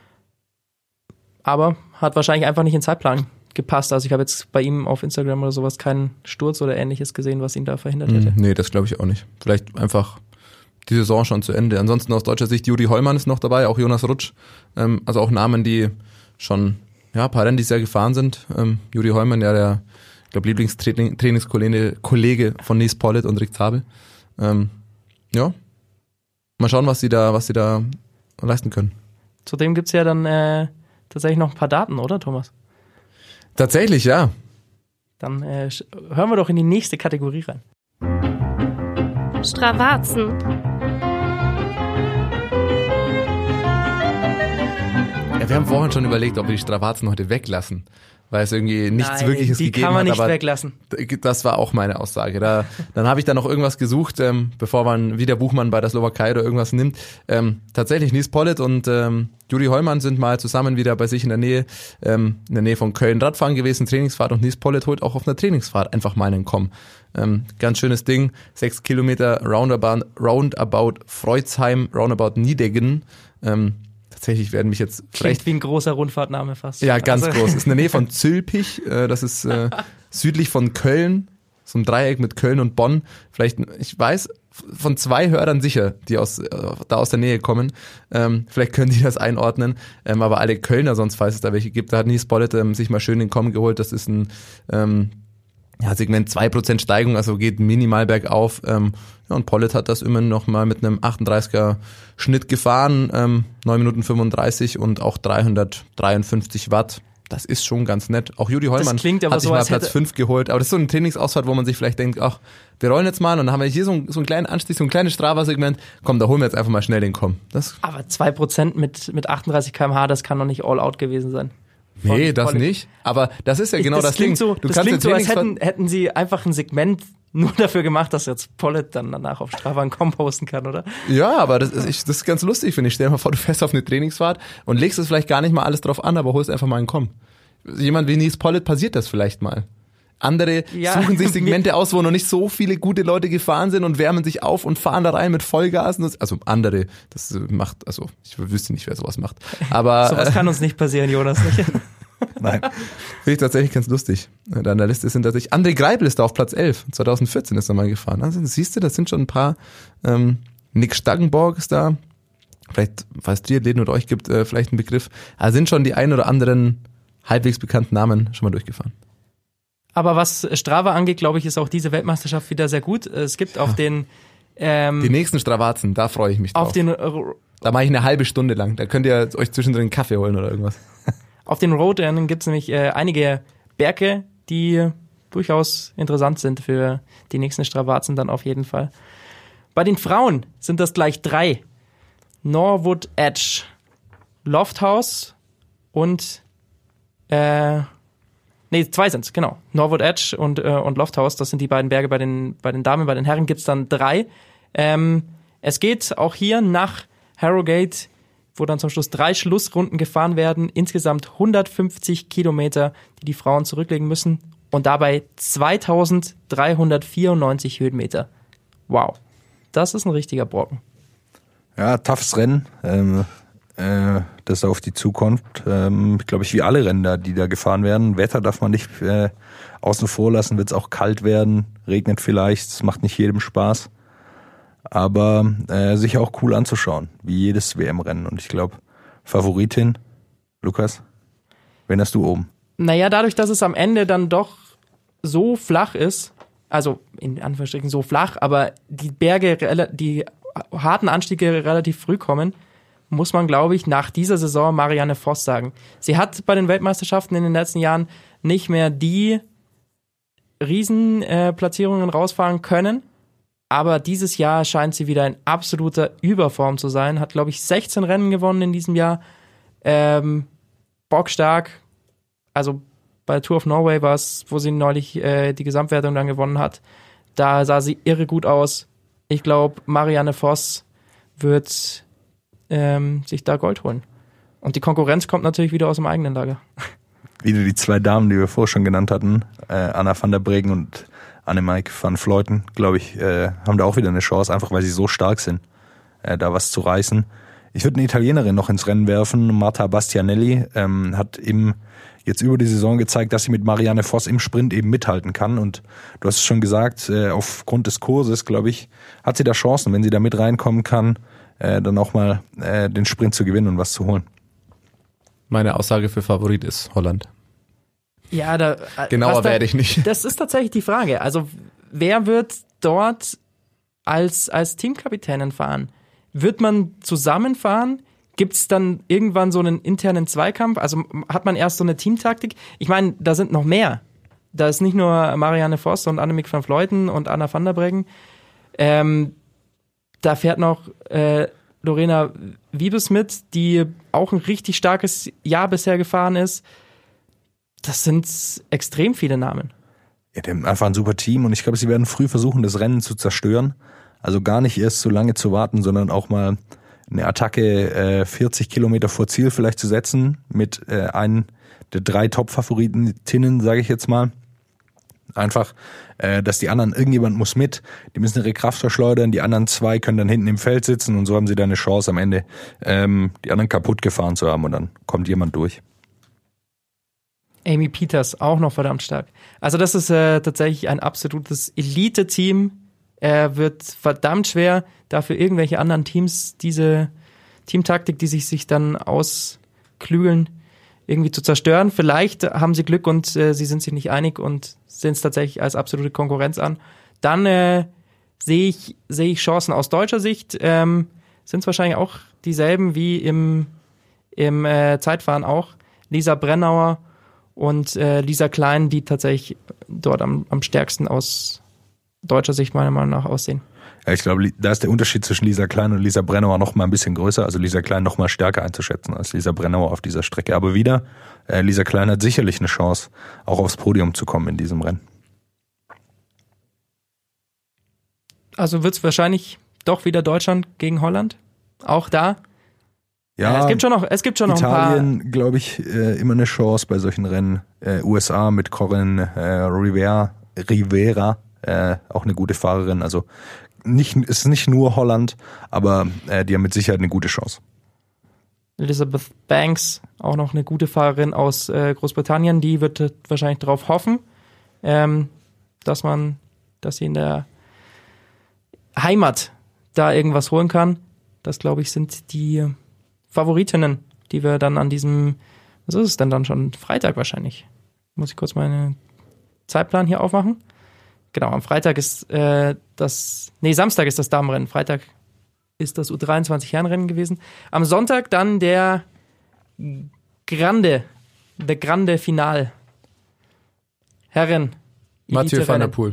Aber hat wahrscheinlich einfach nicht in den Zeitplan gepasst. Also ich habe jetzt bei ihm auf Instagram oder sowas keinen Sturz oder Ähnliches gesehen, was ihn da verhindert hätte. Nee, das glaube ich auch nicht. Vielleicht einfach die Saison schon zu Ende. Ansonsten aus deutscher Sicht, Juri Hollmann ist noch dabei, auch Jonas Rutsch. Also auch Namen, die schon, ein paar Rennen, die sehr gefahren sind. Juri Hollmann, der ich glaube, Lieblingstrainingskollege von Nils Pollitt und Rick Zabel. Mal schauen, was sie da leisten können. Zudem gibt's ja dann tatsächlich noch ein paar Daten, oder Thomas? Tatsächlich, ja. Dann hören wir doch in die nächste Kategorie rein. Stravazen. Ja, wir haben vorhin schon überlegt, ob wir die Strapazen heute weglassen, weil es irgendwie nichts Wirkliches gegeben hat. Die kann man nicht weglassen. Das war auch meine Aussage. Dann habe ich da noch irgendwas gesucht, bevor man wieder Buchmann bei der Slowakei oder irgendwas nimmt. Tatsächlich, Nils Pollitt und Juri Hollmann sind mal zusammen wieder bei sich in der Nähe von Köln Radfahren gewesen, Trainingsfahrt, und Nils Pollitt holt auch auf einer Trainingsfahrt einfach mal einen Komm. Ganz schönes Ding, 6 Kilometer Roundabout Freuzheim, Roundabout Niedegen. Tatsächlich werden mich jetzt klingt wie ein großer Rundfahrtname fast. Ja, ganz groß. Ist in der Nähe von Zülpich, das ist südlich von Köln, so ein Dreieck mit Köln und Bonn. Vielleicht, ich weiß von 2 Hörern sicher, die aus der Nähe kommen. Vielleicht können die das einordnen. Aber alle Kölner sonst, falls es da welche gibt, da hat Nils Pollitt sich mal schön den Komm geholt. Das ist ein Segment 2% Steigung, also geht minimal bergauf. Und Pollitt hat das immer noch mal mit einem 38er Schnitt gefahren, 9 Minuten 35 und auch 353 Watt. Das ist schon ganz nett. Auch Juri Hollmann hat sich mal Platz 5 geholt. Aber das ist so ein Trainingsausfahrt, wo man sich vielleicht denkt, ach, wir rollen jetzt mal und dann haben wir hier so einen kleinen Anstieg, so ein kleines Strava-Segment. Komm, da holen wir jetzt einfach mal schnell den Komm. Aber 2% mit 38 km/h, das kann doch nicht all out gewesen sein. Nee, das nicht. Aber das ist ja genau das Ding. Das klingt so, als hätten sie einfach ein Segment nur dafür gemacht, dass jetzt Pollitt dann danach auf Strava einen Com posten kann, oder? Ja, aber das ist ganz lustig, finde ich. Stell dir mal vor, du fährst auf eine Trainingsfahrt und legst es vielleicht gar nicht mal alles drauf an, aber holst einfach mal einen Com. Jemand wie Nils Pollitt passiert das vielleicht mal. Andere suchen sich Segmente aus, wo noch nicht so viele gute Leute gefahren sind und wärmen sich auf und fahren da rein mit Vollgas. Also andere, das macht, also ich wüsste nicht, wer sowas macht. Aber sowas kann uns nicht passieren, Jonas, nicht? Nein. Finde ich tatsächlich ganz lustig. Da an der Liste sind tatsächlich, André Greipel ist da auf Platz 11. 2014 ist er mal gefahren. Also siehst du, das sind schon ein paar, Nick Staggenborg ist da. Vielleicht, falls Triathleten oder euch gibt, vielleicht ein Begriff. Also sind schon die ein oder anderen halbwegs bekannten Namen schon mal durchgefahren. Aber was Strava angeht, glaube ich, ist auch diese Weltmeisterschaft wieder sehr gut. Es gibt auf den die nächsten Stravazen, da freue ich mich drauf. Da mache ich eine halbe Stunde lang. Da könnt ihr euch zwischendrin einen Kaffee holen oder irgendwas. Auf den Roadrennen gibt es nämlich einige Berge, die durchaus interessant sind für die nächsten Stravazen dann auf jeden Fall. Bei den Frauen sind das gleich 3. Norwood Edge, Lofthouse und 2 sind's, genau. Norwood Edge und Lofthouse, das sind die beiden Berge. Bei den Damen, bei den Herren gibt's dann 3. Es geht auch hier nach Harrogate, wo dann zum Schluss 3 Schlussrunden gefahren werden. Insgesamt 150 Kilometer, die Frauen zurücklegen müssen. Und dabei 2394 Höhenmeter. Wow. Das ist ein richtiger Brocken. Ja, toughes Rennen. Das auf die Zukunft. Glaube ich, wie alle Rennen da, die da gefahren werden. Wetter darf man nicht außen vor lassen, wird es auch kalt werden, regnet vielleicht, es macht nicht jedem Spaß. Aber sicher auch cool anzuschauen, wie jedes WM-Rennen. Und ich glaube, Favoritin, Lukas, wen hast du oben? Naja, dadurch, dass es am Ende dann doch so flach ist, also in Anführungsstrichen so flach, aber die Berge, die harten Anstiege relativ früh kommen, muss man, glaube ich, nach dieser Saison Marianne Vos sagen. Sie hat bei den Weltmeisterschaften in den letzten Jahren nicht mehr die Riesenplatzierungen rausfahren können, aber dieses Jahr scheint sie wieder in absoluter Überform zu sein. Hat, glaube ich, 16 Rennen gewonnen in diesem Jahr. Bockstark. Also bei der Tour of Norway war es, wo sie neulich die Gesamtwertung dann gewonnen hat. Da sah sie irre gut aus. Ich glaube, Marianne Vos wird sich da Gold holen. Und die Konkurrenz kommt natürlich wieder aus dem eigenen Lager. Wieder die 2 Damen, die wir vorher schon genannt hatten, Anna van der Breggen und Annemiek van Vleuten, glaube ich, haben da auch wieder eine Chance, einfach weil sie so stark sind, da was zu reißen. Ich würde eine Italienerin noch ins Rennen werfen, Marta Bastianelli, hat eben jetzt über die Saison gezeigt, dass sie mit Marianne Vos im Sprint eben mithalten kann. Und du hast es schon gesagt, aufgrund des Kurses, glaube ich, hat sie da Chancen, wenn sie da mit reinkommen kann, dann auch mal den Sprint zu gewinnen und was zu holen. Meine Aussage für Favorit ist Holland. Ja, genauer werde ich nicht. Das ist tatsächlich die Frage. Also wer wird dort als Teamkapitänin fahren? Wird man zusammenfahren? Gibt es dann irgendwann so einen internen Zweikampf? Also hat man erst so eine Teamtaktik? Ich meine, da sind noch mehr. Da ist nicht nur Marianne Vos und Annemiek van Vleuten und Anna van der Breggen. Da fährt noch Lorena Wiebes mit, die auch ein richtig starkes Jahr bisher gefahren ist. Das sind extrem viele Namen. Ja, die haben einfach ein super Team und ich glaube, sie werden früh versuchen, das Rennen zu zerstören. Also gar nicht erst so lange zu warten, sondern auch mal eine Attacke 40 Kilometer vor Ziel vielleicht zu setzen mit einem der 3 Top-Favoritinnen, sage ich jetzt mal. Einfach, dass die anderen, irgendjemand muss mit, die müssen ihre Kraft verschleudern, die anderen 2 können dann hinten im Feld sitzen und so haben sie dann eine Chance am Ende, die anderen kaputt gefahren zu haben und dann kommt jemand durch. Amy Pieters, auch noch verdammt stark. Also das ist tatsächlich ein absolutes Elite-Team. Wird verdammt schwer, dafür irgendwelche anderen Teams diese Teamtaktik, die sich dann ausklügeln, irgendwie zu zerstören. Vielleicht haben sie Glück und sie sind sich nicht einig und sehen es tatsächlich als absolute Konkurrenz an. Dann sehe ich Chancen aus deutscher Sicht. Sind es wahrscheinlich auch dieselben wie im Zeitfahren auch. Lisa Brennauer und Lisa Klein, die tatsächlich dort am stärksten aus deutscher Sicht meiner Meinung nach aussehen. Ja, ich glaube, da ist der Unterschied zwischen Lisa Klein und Lisa Brennauer noch mal ein bisschen größer. Also Lisa Klein noch mal stärker einzuschätzen als Lisa Brennauer auf dieser Strecke. Aber wieder, Lisa Klein hat sicherlich eine Chance, auch aufs Podium zu kommen in diesem Rennen. Also wird es wahrscheinlich doch wieder Deutschland gegen Holland? Auch da? Ja, es gibt schon noch ein paar. Italien, glaube ich, immer eine Chance bei solchen Rennen. USA mit Corinne Rivera, auch eine gute Fahrerin. Also es ist nicht nur Holland, aber die haben mit Sicherheit eine gute Chance. Elizabeth Banks, auch noch eine gute Fahrerin aus Großbritannien, die wird wahrscheinlich darauf hoffen, dass sie in der Heimat da irgendwas holen kann. Das, glaube ich, sind die Favoritinnen, die wir dann an diesem, was ist es denn dann schon? Freitag wahrscheinlich. Muss ich kurz meinen Zeitplan hier aufmachen? Genau, am Freitag ist Samstag ist das Damenrennen. Freitag ist das U23 Herrenrennen gewesen. Am Sonntag dann der Grande Final. Herren. Mathieu van der Poel.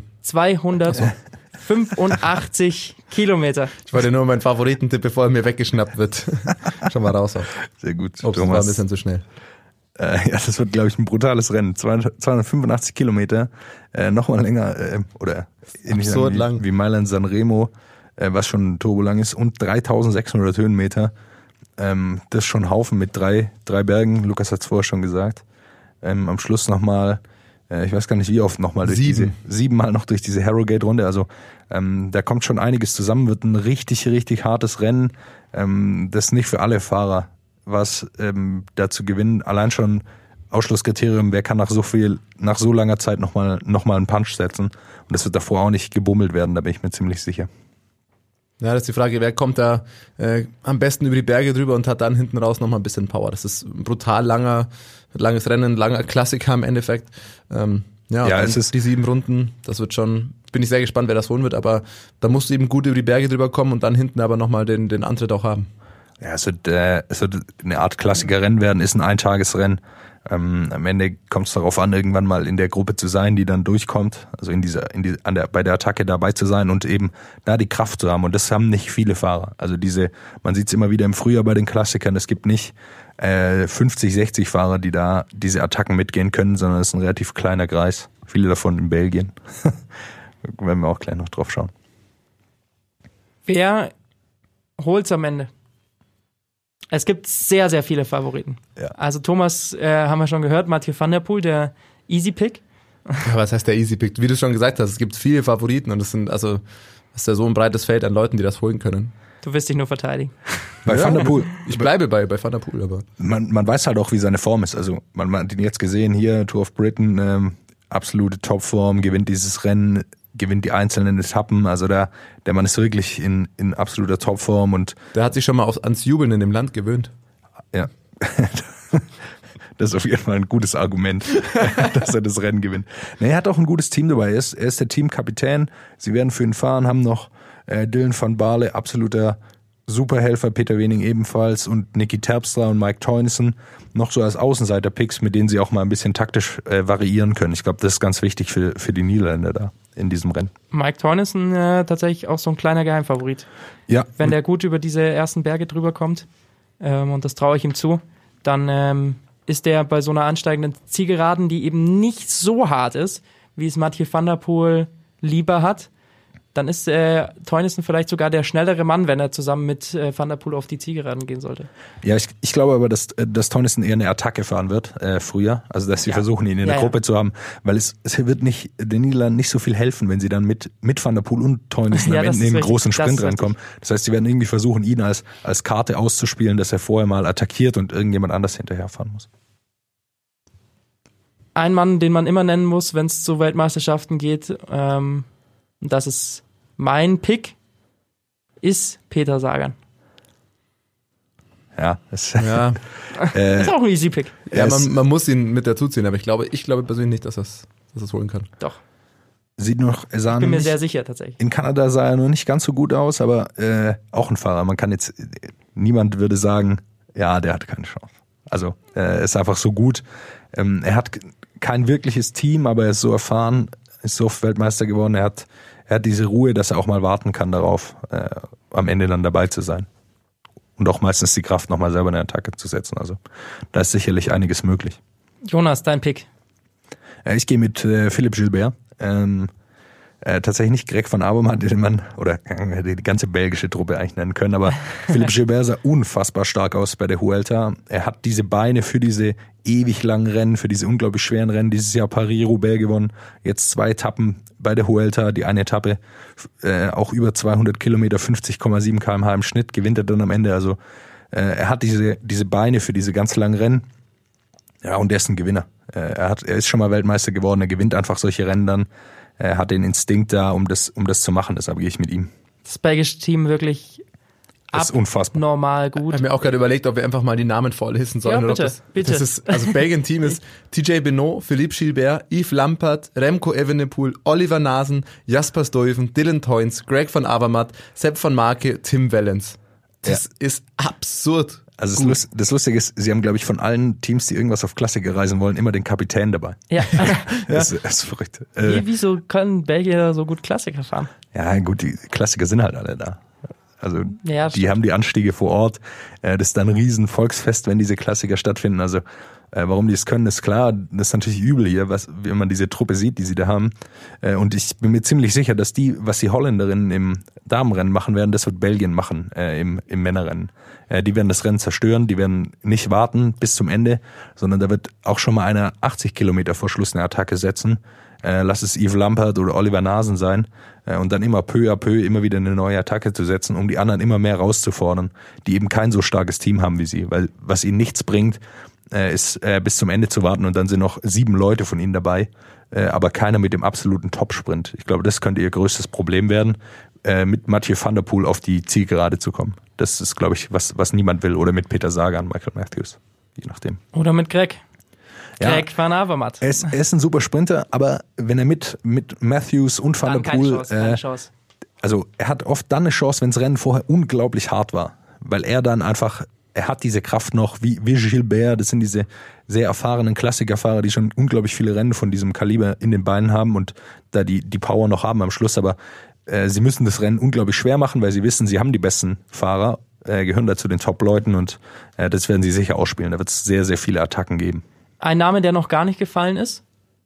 285 Kilometer. Ich wollte nur meinen Favoritentipp, bevor er mir weggeschnappt wird. Schon mal raus. Sehr gut. Ups, das war ein bisschen zu schnell. Ja, das wird, glaube ich, ein brutales Rennen. 285 Kilometer, nochmal länger, oder ähnlich lang wie Mailand Sanremo, was schon turbolang ist, und 3600 Höhenmeter. Das ist schon ein Haufen mit drei Bergen. Lukas hat es vorher schon gesagt. Am Schluss nochmal, ich weiß gar nicht wie oft nochmal durch 7-mal noch durch diese Harrogate-Runde. Also da kommt schon einiges zusammen, wird ein richtig, richtig hartes Rennen. Das ist nicht für alle Fahrer was dazu gewinnen. Allein schon Ausschlusskriterium, wer kann nach so langer Zeit nochmal einen Punch setzen. Und das wird davor auch nicht gebummelt werden, da bin ich mir ziemlich sicher. Ja, das ist die Frage, wer kommt da am besten über die Berge drüber und hat dann hinten raus nochmal ein bisschen Power. Das ist ein brutal langes Rennen, langer Klassiker im Endeffekt. Es ist die 7 Runden, das wird schon, bin ich sehr gespannt, wer das holen wird, aber da musst du eben gut über die Berge drüber kommen und dann hinten aber nochmal den Antritt auch haben. Ja, es wird eine Art Klassikerrennen werden, ist ein Eintagesrennen. Am Ende kommt es darauf an, irgendwann mal in der Gruppe zu sein, die dann durchkommt, also bei der Attacke dabei zu sein und eben da die Kraft zu haben. Und das haben nicht viele Fahrer. Also man sieht es immer wieder im Frühjahr bei den Klassikern, es gibt nicht 50, 60 Fahrer, die da diese Attacken mitgehen können, sondern es ist ein relativ kleiner Kreis. Viele davon in Belgien. Da werden wir auch gleich noch drauf schauen. Wer holt's am Ende? Es gibt sehr, sehr viele Favoriten. Ja. Also Thomas, haben wir schon gehört, Mathieu van der Poel, der Easy Pick. Ja, was heißt der Easy Pick? Wie du schon gesagt hast, es gibt viele Favoriten und das ist ja so ein breites Feld an Leuten, die das holen können. Du wirst dich nur verteidigen. Bei Van der Poel. Ich bleibe bei Van der Poel, aber. Man weiß halt auch, wie seine Form ist. Also man hat ihn jetzt gesehen hier, Tour of Britain, absolute Topform, gewinnt dieses Rennen, gewinnt die einzelnen Etappen, also der Mann ist wirklich in absoluter Topform und der hat sich schon mal ans Jubeln in dem Land gewöhnt. Ja, das ist auf jeden Fall ein gutes Argument, dass er das Rennen gewinnt. Er hat auch ein gutes Team dabei, er ist der Teamkapitän, sie werden für ihn fahren, haben noch Dylan van Baarle, absoluter Superhelfer, Peter Wening ebenfalls und Niki Terpstra und Mike Teunissen noch so als Außenseiter-Picks, mit denen sie auch mal ein bisschen taktisch variieren können. Ich glaube, das ist ganz wichtig für die Niederländer da in diesem Rennen. Mike Teunissen tatsächlich auch so ein kleiner Geheimfavorit. Ja. Wenn der gut über diese ersten Berge drüber kommt, und das traue ich ihm zu, dann ist der bei so einer ansteigenden Zielgeraden, die eben nicht so hart ist, wie es Mathieu van der Poel lieber hat, dann ist Teunissen vielleicht sogar der schnellere Mann, wenn er zusammen mit Van der Poel auf die Zielgeraden gehen sollte. Ja, ich glaube aber, dass Teunissen eher eine Attacke fahren wird früher. Also dass sie versuchen, ihn in der Gruppe zu haben, weil es wird nicht den Niederlanden nicht so viel helfen, wenn sie dann mit Van der Poel und Teunissen am Ende in einen großen Sprint reinkommen. Das heißt, sie werden irgendwie versuchen, ihn als Karte auszuspielen, dass er vorher mal attackiert und irgendjemand anders hinterherfahren muss. Ein Mann, den man immer nennen muss, wenn es zu Weltmeisterschaften geht, das ist mein Pick, ist Peter Sagan. Ja, ist ist auch ein Easy Pick. Ja, man muss ihn mit dazuziehen, aber ich glaube persönlich nicht, dass er es holen kann. Doch. Ich bin mir sehr sicher tatsächlich. In Kanada sah er noch nicht ganz so gut aus, aber auch ein Fahrer. Niemand würde sagen, ja, der hat keine Chance. Also er ist einfach so gut. Er hat kein wirkliches Team, aber er ist so erfahren, ist so oft Weltmeister geworden. Er hat diese Ruhe, dass er auch mal warten kann darauf, am Ende dann dabei zu sein. Und auch meistens die Kraft, nochmal selber eine Attacke zu setzen. Also da ist sicherlich einiges möglich. Jonas, dein Pick? Ich gehe mit Philippe Gilbert. Tatsächlich nicht Greg van Avermaet, den man, oder hätte die ganze belgische Truppe eigentlich nennen können, aber Philippe Gilbert sah unfassbar stark aus bei der Vuelta. Er hat diese Beine für diese ewig langen Rennen, für diese unglaublich schweren Rennen, dieses Jahr Paris-Roubaix gewonnen, jetzt 2 Etappen bei der Vuelta, die eine Etappe auch über 200 Kilometer, 50,7 km/h im Schnitt, gewinnt er dann am Ende, also er hat diese Beine für diese ganz langen Rennen. Ja, und er ist ein Gewinner. Er ist schon mal Weltmeister geworden, er gewinnt einfach solche Rennen dann. Er hat den Instinkt da, um das zu machen, deshalb gehe ich mit ihm. Das belgische Team wirklich das ist unfassbar. Normal gut. Ich habe mir auch gerade überlegt, ob wir einfach mal die Namen vorlesen sollen. Ja, bitte, oder bitte. Das ist, also Belgien-Team ist TJ Benoit, Philippe Gilbert, Yves Lampaert, Remco Evenepoel, Oliver Nasen, Jasper Stuyven, Dylan Teuns, Greg van Avermaet, Sepp van Marke, Tim Wellens. Das ist absurd. Also das Lustige ist, sie haben, glaube ich, von allen Teams, die irgendwas auf Klassiker reisen wollen, immer den Kapitän dabei. Ja. Das ist verrückt. Wieso können Belgier so gut Klassiker fahren? Ja, gut, die Klassiker sind halt alle da. Also ja, die haben die Anstiege vor Ort. Das ist dann ein riesen Volksfest, wenn diese Klassiker stattfinden. Also warum die es können, ist klar. Das ist natürlich übel hier, wenn man diese Truppe sieht, die sie da haben. Und ich bin mir ziemlich sicher, dass was die Holländerinnen im Damenrennen machen werden, das wird Belgien machen im Männerrennen. Die werden das Rennen zerstören, die werden nicht warten bis zum Ende, sondern da wird auch schon mal einer 80 Kilometer vor Schluss eine Attacke setzen. Lass es Yves Lampaert oder Oliver Nasen sein und dann immer peu à peu immer wieder eine neue Attacke zu setzen, um die anderen immer mehr rauszufordern, die eben kein so starkes Team haben wie sie, weil was ihnen nichts bringt, ist bis zum Ende zu warten und dann sind noch 7 Leute von ihnen dabei, aber keiner mit dem absoluten Topsprint. Ich glaube, das könnte ihr größtes Problem werden, mit Mathieu van der Poel auf die Zielgerade zu kommen. Das ist, glaube ich, was niemand will. Oder mit Peter Sagan, Michael Matthews, je nachdem. Oder mit Greg. Ja, Greg van Avermaet. Er ist ein super Sprinter, aber wenn er mit Matthews und Van der Poel, keine Chance. Also er hat oft dann eine Chance, wenn das Rennen vorher unglaublich hart war, weil er dann einfach, er hat diese Kraft noch, wie Gilbert, das sind diese sehr erfahrenen Klassikerfahrer, die schon unglaublich viele Rennen von diesem Kaliber in den Beinen haben und da die Power noch haben am Schluss, aber sie müssen das Rennen unglaublich schwer machen, weil sie wissen, sie haben die besten Fahrer, gehören da zu den Top-Leuten und das werden sie sicher ausspielen. Da wird es sehr, sehr viele Attacken geben. Ein Name, der noch gar nicht gefallen ist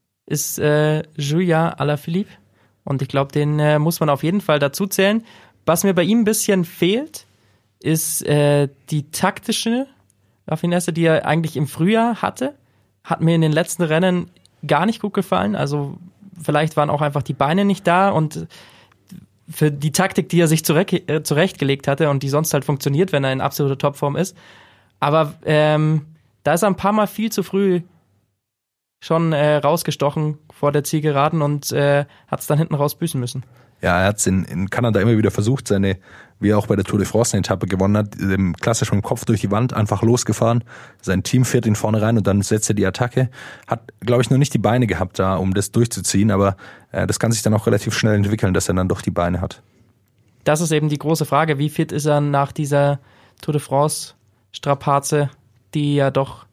Julia Alaphilippe. Und ich glaube, den muss man auf jeden Fall dazu zählen. Was mir bei ihm ein bisschen fehlt, ist die taktische Raffinesse, die er eigentlich im Frühjahr hatte. Hat mir in den letzten Rennen gar nicht gut gefallen. Also vielleicht waren auch einfach die Beine nicht da und für die Taktik, die er sich zurechtgelegt hatte und die sonst halt funktioniert, wenn er in absoluter Topform ist. Aber da ist er ein paar Mal viel zu früh schon rausgestochen vor der Zielgeraden und hat es dann hinten raus büßen müssen. Ja, er hat es in Kanada immer wieder versucht, wie er auch bei der Tour de France eine Etappe gewonnen hat, klassisch mit dem Kopf durch die Wand einfach losgefahren. Sein Team fährt ihn vorne rein und dann setzt er die Attacke. Hat, glaube ich, noch nicht die Beine gehabt da, um das durchzuziehen, aber das kann sich dann auch relativ schnell entwickeln, dass er dann doch die Beine hat. Das ist eben die große Frage. Wie fit ist er nach dieser Tour de France Strapaze, die ja doch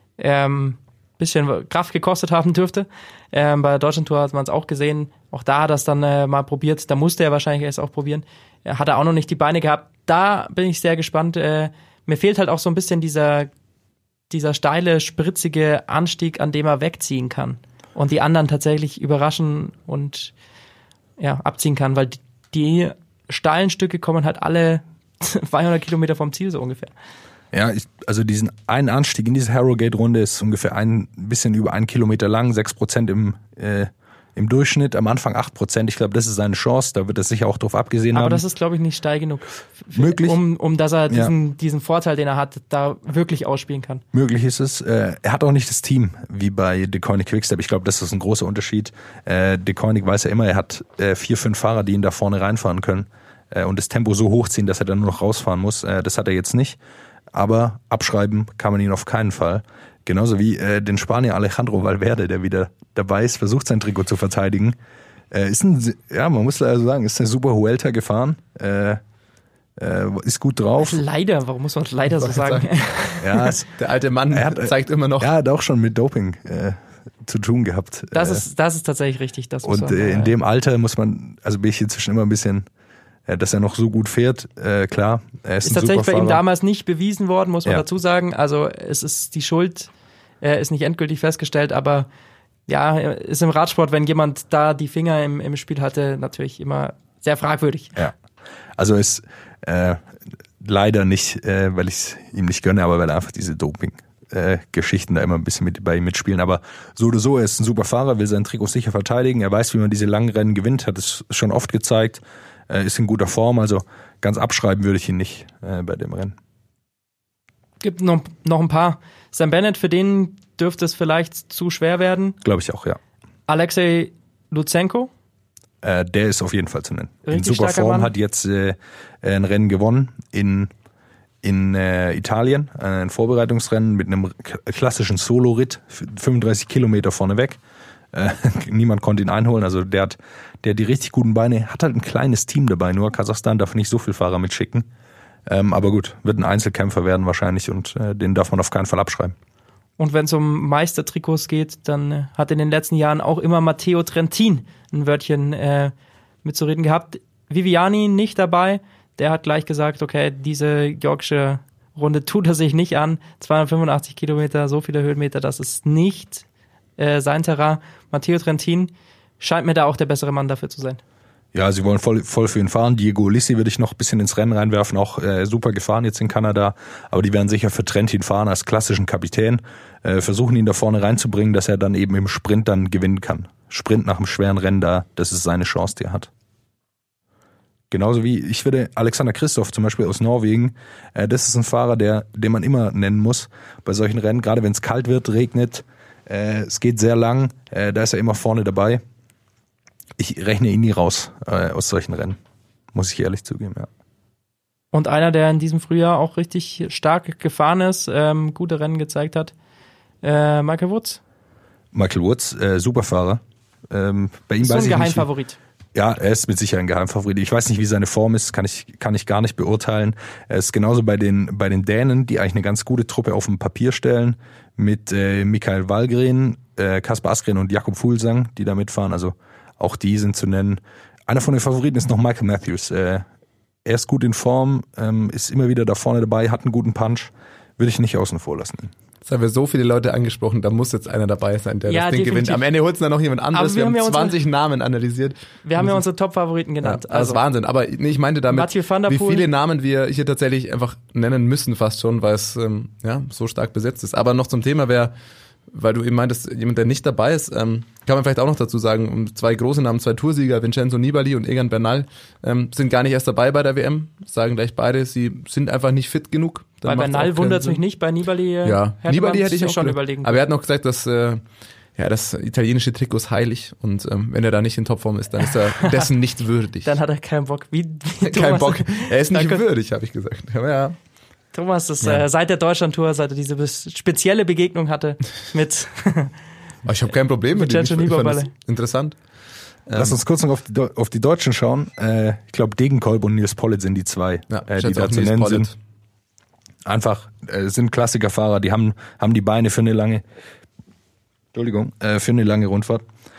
bisschen Kraft gekostet haben dürfte. Bei der Deutschlandtour hat man es auch gesehen. Auch da hat er es dann mal probiert. Da musste er wahrscheinlich erst auch probieren. Hat er auch noch nicht die Beine gehabt. Da bin ich sehr gespannt. Mir fehlt halt auch so ein bisschen dieser steile, spritzige Anstieg, an dem er wegziehen kann. Und die anderen tatsächlich überraschen und abziehen kann. Weil die steilen Stücke kommen halt alle 200 Kilometer vom Ziel so ungefähr. Ja, also diesen einen Anstieg in diese Harrogate-Runde ist ungefähr ein bisschen über 1 Kilometer lang, 6% im Durchschnitt, am Anfang 8%. Ich glaube, das ist seine Chance, da wird er sicher auch drauf abgesehen haben. Aber das ist, glaube ich, nicht steil genug. Möglich. Um dass er diesen Vorteil, den er hat, da wirklich ausspielen kann. Möglich ist es. Er hat auch nicht das Team, wie bei Deceuninck Quickstep. Ich glaube, das ist ein großer Unterschied. Deceuninck weiß ja immer, er hat 4, 5 Fahrer, die ihn da vorne reinfahren können und das Tempo so hochziehen, dass er dann nur noch rausfahren muss. Das hat er jetzt nicht. Aber abschreiben kann man ihn auf keinen Fall. Genauso wie den Spanier Alejandro Valverde, der wieder dabei ist, versucht sein Trikot zu verteidigen. Man muss leider sagen, ist eine super Vuelta gefahren. Ist gut drauf. Leider, warum muss man leider so sagen? Ja, der alte Mann zeigt immer noch. Er hat auch schon mit Doping zu tun gehabt. Das ist tatsächlich richtig. Das und in dem Alter bin ich inzwischen immer ein bisschen... dass er noch so gut fährt, klar. Er ist tatsächlich bei ihm damals nicht bewiesen worden, muss man dazu sagen. Also es ist die Schuld, ist nicht endgültig festgestellt, aber ist im Radsport, wenn jemand da die Finger im Spiel hatte, natürlich immer sehr fragwürdig. Ja, also ist leider nicht, weil ich es ihm nicht gönne, aber weil er einfach diese Doping-Geschichten da immer ein bisschen bei ihm mitspielen. Aber so oder so, er ist ein super Fahrer, will sein Trikot sicher verteidigen. Er weiß, wie man diese langen Rennen gewinnt, hat es schon oft gezeigt, ist in guter Form. Also ganz abschreiben würde ich ihn nicht bei dem Rennen. Gibt noch ein paar. Sam Bennett, für den dürfte es vielleicht zu schwer werden. Glaube ich auch, ja. Alexei Lutsenko. Der ist auf jeden Fall zu nennen. Richtig in super starker Form, Mann. hat jetzt ein Rennen gewonnen in Italien, ein Vorbereitungsrennen mit einem klassischen Solo-Ritt, 35 Kilometer vorneweg. Niemand konnte ihn einholen, also der hat die richtig guten Beine, hat halt ein kleines Team dabei, nur Kasachstan darf nicht so viele Fahrer mitschicken. Aber gut, wird ein Einzelkämpfer werden wahrscheinlich und den darf man auf keinen Fall abschreiben. Und wenn es um Meistertrikots geht, dann hat in den letzten Jahren auch immer Matteo Trentin ein Wörtchen mitzureden gehabt. Viviani nicht dabei, der hat gleich gesagt, okay, diese Yorkshire Runde tut er sich nicht an. 285 Kilometer, so viele Höhenmeter, das ist nicht sein Terrain. Matteo Trentin scheint mir da auch der bessere Mann dafür zu sein. Ja, sie wollen voll für ihn fahren. Diego Ulissi würde ich noch ein bisschen ins Rennen reinwerfen, auch super gefahren jetzt in Kanada. Aber die werden sicher für Trentin fahren als klassischen Kapitän. Versuchen ihn da vorne reinzubringen, dass er dann eben im Sprint dann gewinnen kann. Sprint nach einem schweren Rennen da, das ist seine Chance, die er hat. Genauso wie, ich würde Alexander Kristoff zum Beispiel aus Norwegen, das ist ein Fahrer, den man immer nennen muss bei solchen Rennen, gerade wenn es kalt wird, regnet, es geht sehr lang, da ist er immer vorne dabei. Ich rechne ihn nie raus aus solchen Rennen, muss ich ehrlich zugeben, ja. Und einer, der in diesem Frühjahr auch richtig stark gefahren ist, gute Rennen gezeigt hat, Michael Woods. Michael Woods, super Fahrer. Bei ihm So weiß ein ich Geheimfavorit. nicht. Ja, er ist mit Sicherheit ein Geheimfavorit. Ich weiß nicht, wie seine Form ist, kann ich gar nicht beurteilen. Er ist genauso bei den Dänen, die eigentlich eine ganz gute Truppe auf dem Papier stellen, mit Mikael Wallgren, Kasper Asgreen und Jakob Fuglsang, die da mitfahren. Also auch die sind zu nennen. Einer von den Favoriten ist noch Michael Matthews. Er ist gut in Form, ist immer wieder da vorne dabei, hat einen guten Punch. Würde ich nicht außen vor lassen. Jetzt haben wir so viele Leute angesprochen, da muss jetzt einer dabei sein, der Ja, das Ding definitiv. gewinnt. Am Ende holt es dann noch jemand anderes. Aber Wir haben ja 20 Namen analysiert. Wir haben ja unsere Top-Favoriten genannt. Ja, das ist Wahnsinn. Aber nee, ich meinte damit, Mathieu van der wie Poel. viele Namen wir hier tatsächlich einfach nennen müssen fast schon, weil es so stark besetzt ist. Aber noch zum Thema, weil du eben meintest, jemand, der nicht dabei ist, kann man vielleicht auch noch dazu sagen, um zwei große Namen, zwei Toursieger, Vincenzo Nibali und Egan Bernal, sind gar nicht erst dabei bei der WM, sagen gleich beide, sie sind einfach nicht fit genug. Bei Bernal wundert es mich nicht, bei Nibali Nibali hätte ich auch schon Glück. überlegen. Aber er hat noch gesagt, dass das italienische Trikot ist heilig und wenn er da nicht in Topform ist, dann ist er dessen nicht würdig. Dann hat er keinen Bock. Wie Kein Thomas, Bock. Er ist nicht Danke. würdig, habe ich gesagt. Aber ja. Thomas, seit der Deutschlandtour, seit er diese spezielle Begegnung hatte mit Ich habe kein Problem mit ihm. Ich Vincenzo fand das Nibali. interessant. Lass uns kurz noch auf die Deutschen schauen. Ich glaube, Degenkolb und Nils Pollitt sind die zwei, die da zu nennen sind. Einfach sind Klassikerfahrer, die haben die Beine für eine lange Rundfahrt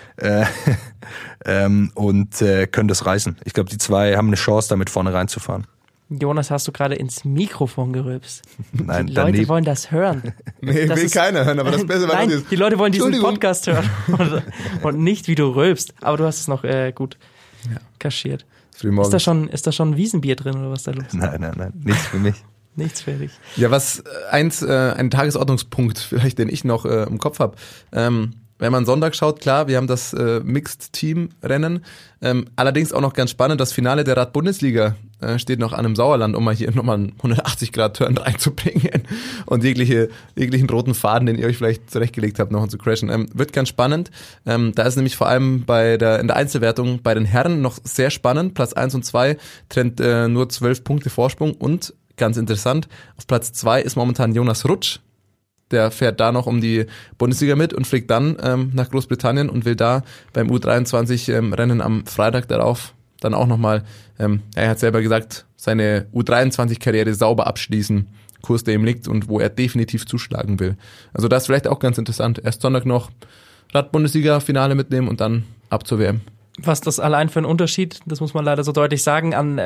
und können das reißen. Ich glaube, die zwei haben eine Chance, damit vorne reinzufahren. Jonas, hast du gerade ins Mikrofon gerülpst? Nein, Die Leute wollen das hören. Nee, Das will ist- keiner hören, aber das Beste war Nein, die Leute wollen diesen Entschuldigung. Podcast hören und nicht, wie du rülpst. Aber du hast es noch gut kaschiert. Frühmorgens. Ist da schon Wiesenbier drin oder was ist da los? Nein, nichts für mich. Nichts für dich. Ja, ein Tagesordnungspunkt vielleicht, den ich noch im Kopf habe. Wenn man Sonntag schaut, klar, wir haben das Mixed-Team-Rennen. Allerdings auch noch ganz spannend, das Finale der Rad-Bundesliga steht noch an einem Sauerland, um mal hier nochmal einen 180-Grad-Turn reinzubringen und jeglichen roten Faden, den ihr euch vielleicht zurechtgelegt habt, noch zu crashen. Wird ganz spannend. Da ist nämlich vor allem in der Einzelwertung bei den Herren noch sehr spannend. Platz 1 und 2 trennt nur 12 Punkte Vorsprung und ganz interessant, auf Platz 2 ist momentan Jonas Rutsch. Der fährt da noch um die Bundesliga mit und fliegt dann nach Großbritannien und will da beim U23-Rennen am Freitag darauf dann auch nochmal, er hat selber gesagt, seine U23-Karriere sauber abschließen, Kurs, der ihm liegt und wo er definitiv zuschlagen will. Also das ist vielleicht auch ganz interessant. Erst Sonntag noch Rad-Bundesliga-Finale mitnehmen und dann ab zur WM. Was das allein für ein Unterschied, das muss man leider so deutlich sagen, an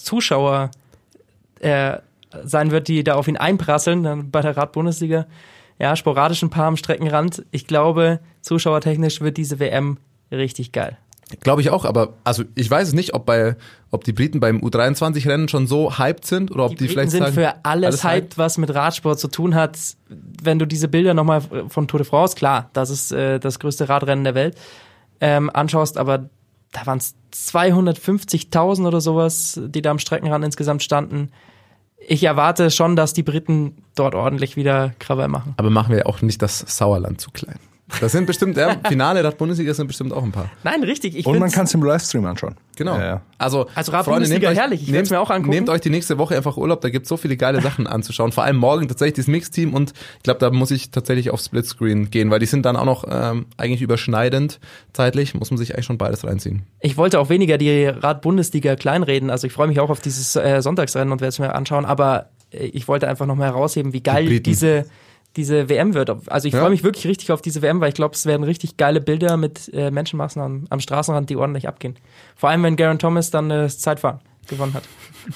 Zuschauer sein wird, die da auf ihn einprasseln dann bei der Rad-Bundesliga. Ja, sporadisch ein paar am Streckenrand. Ich glaube, zuschauertechnisch wird diese WM richtig geil. Glaube ich auch, aber also ich weiß es nicht, ob die Briten beim U23-Rennen schon so hyped sind oder ob die Briten vielleicht sind sagen, für alles hyped, was mit Radsport zu tun hat. Wenn du diese Bilder nochmal von Tour de France, klar, das ist das größte Radrennen der Welt, anschaust, aber da waren es 250.000 oder sowas, die da am Streckenrand insgesamt standen. Ich erwarte schon, dass die Briten dort ordentlich wieder Krawall machen. Aber machen wir ja auch nicht das Sauerland zu klein. Das sind bestimmt, Finale Rad-Bundesliga sind bestimmt auch ein paar. Nein, richtig. Und man kann es im Livestream anschauen. Genau. Ja. Also Rad-Bundesliga herrlich, ich werde es mir auch angucken. Nehmt euch die nächste Woche einfach Urlaub, da gibt es so viele geile Sachen anzuschauen. Vor allem morgen tatsächlich das Mixteam und ich glaube, da muss ich tatsächlich auf Splitscreen gehen, weil die sind dann auch noch eigentlich überschneidend zeitlich, muss man sich eigentlich schon beides reinziehen. Ich wollte auch weniger die Rad-Bundesliga kleinreden, also ich freue mich auch auf dieses Sonntagsrennen und werde es mir anschauen, aber ich wollte einfach noch mal herausheben, wie geil diese WM wird. Also ich freue mich wirklich richtig auf diese WM, weil ich glaube, es werden richtig geile Bilder mit Menschenmassen am Straßenrand, die ordentlich abgehen. Vor allem, wenn Geraint Thomas dann das Zeitfahren gewonnen hat.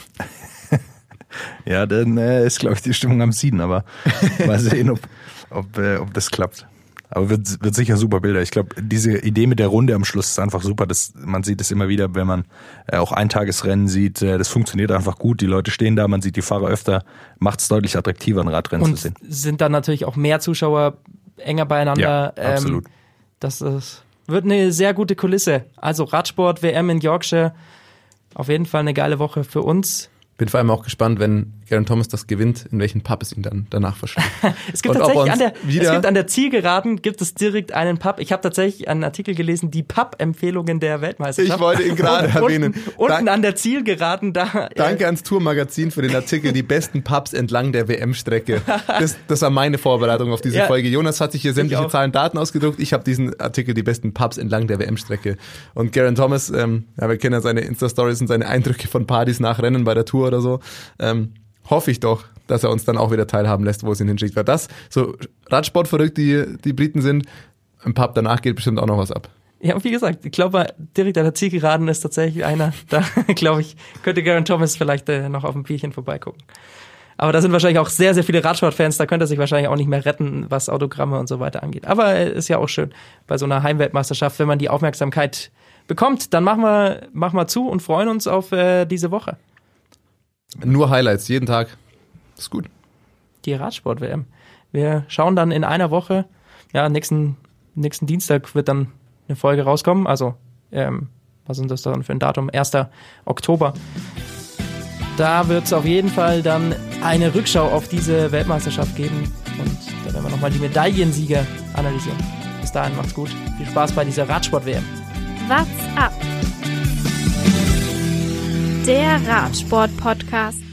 Ja, dann ist, glaube ich, die Stimmung am Sieden, aber mal sehen, ob das klappt. Aber wird sicher super Bilder. Ich glaube, diese Idee mit der Runde am Schluss ist einfach super. Man sieht es immer wieder, wenn man auch Eintagesrennen sieht. Das funktioniert einfach gut. Die Leute stehen da, man sieht die Fahrer öfter. Macht es deutlich attraktiver, ein Radrennen zu sehen. Sind dann natürlich auch mehr Zuschauer enger beieinander. Ja, absolut. Das wird eine sehr gute Kulisse. Also Radsport, WM in Yorkshire. Auf jeden Fall eine geile Woche für uns. Bin vor allem auch gespannt, wenn Geraint Thomas das gewinnt, in welchen Pub es ihn dann danach verschlägt. Es gibt tatsächlich an der Zielgeraden gibt es direkt einen Pub. Ich habe tatsächlich einen Artikel gelesen, die Pub-Empfehlungen der Weltmeisterschaft. Ich wollte ihn gerade erwähnen. Unten an der Zielgeraden da. Danke ans Tourmagazin für den Artikel, die besten Pubs entlang der WM-Strecke. Das war meine Vorbereitung auf diese Folge. Jonas hat sich hier sämtliche Zahlen, Daten ausgedruckt. Ich habe diesen Artikel, die besten Pubs entlang der WM-Strecke. Und Geraint Thomas, wir kennen ja seine Insta-Stories und seine Eindrücke von Partys nach Rennen bei der Tour oder so. Hoffe ich doch, dass er uns dann auch wieder teilhaben lässt, wo es ihn hinschickt. Weil das, so Radsport verrückt, die Briten sind, im Pub danach geht bestimmt auch noch was ab. Ja, und wie gesagt, ich glaube, direkt an der Zielgeraden ist tatsächlich einer, da glaube ich, könnte Geraint Thomas vielleicht noch auf ein Bierchen vorbeigucken. Aber da sind wahrscheinlich auch sehr, sehr viele Radsportfans, da könnte er sich wahrscheinlich auch nicht mehr retten, was Autogramme und so weiter angeht. Aber ist ja auch schön bei so einer Heimweltmeisterschaft, wenn man die Aufmerksamkeit bekommt, dann machen wir zu und freuen uns auf diese Woche. Nur Highlights, jeden Tag. Ist gut. Die Radsport-WM. Wir schauen dann in einer Woche, nächsten Dienstag wird dann eine Folge rauskommen. Also, was sind das dann für ein Datum? 1. Oktober. Da wird es auf jeden Fall dann eine Rückschau auf diese Weltmeisterschaft geben. Und da werden wir nochmal die Medaillensieger analysieren. Bis dahin, macht's gut. Viel Spaß bei dieser Radsport-WM. What's up? Der Radsport-Podcast.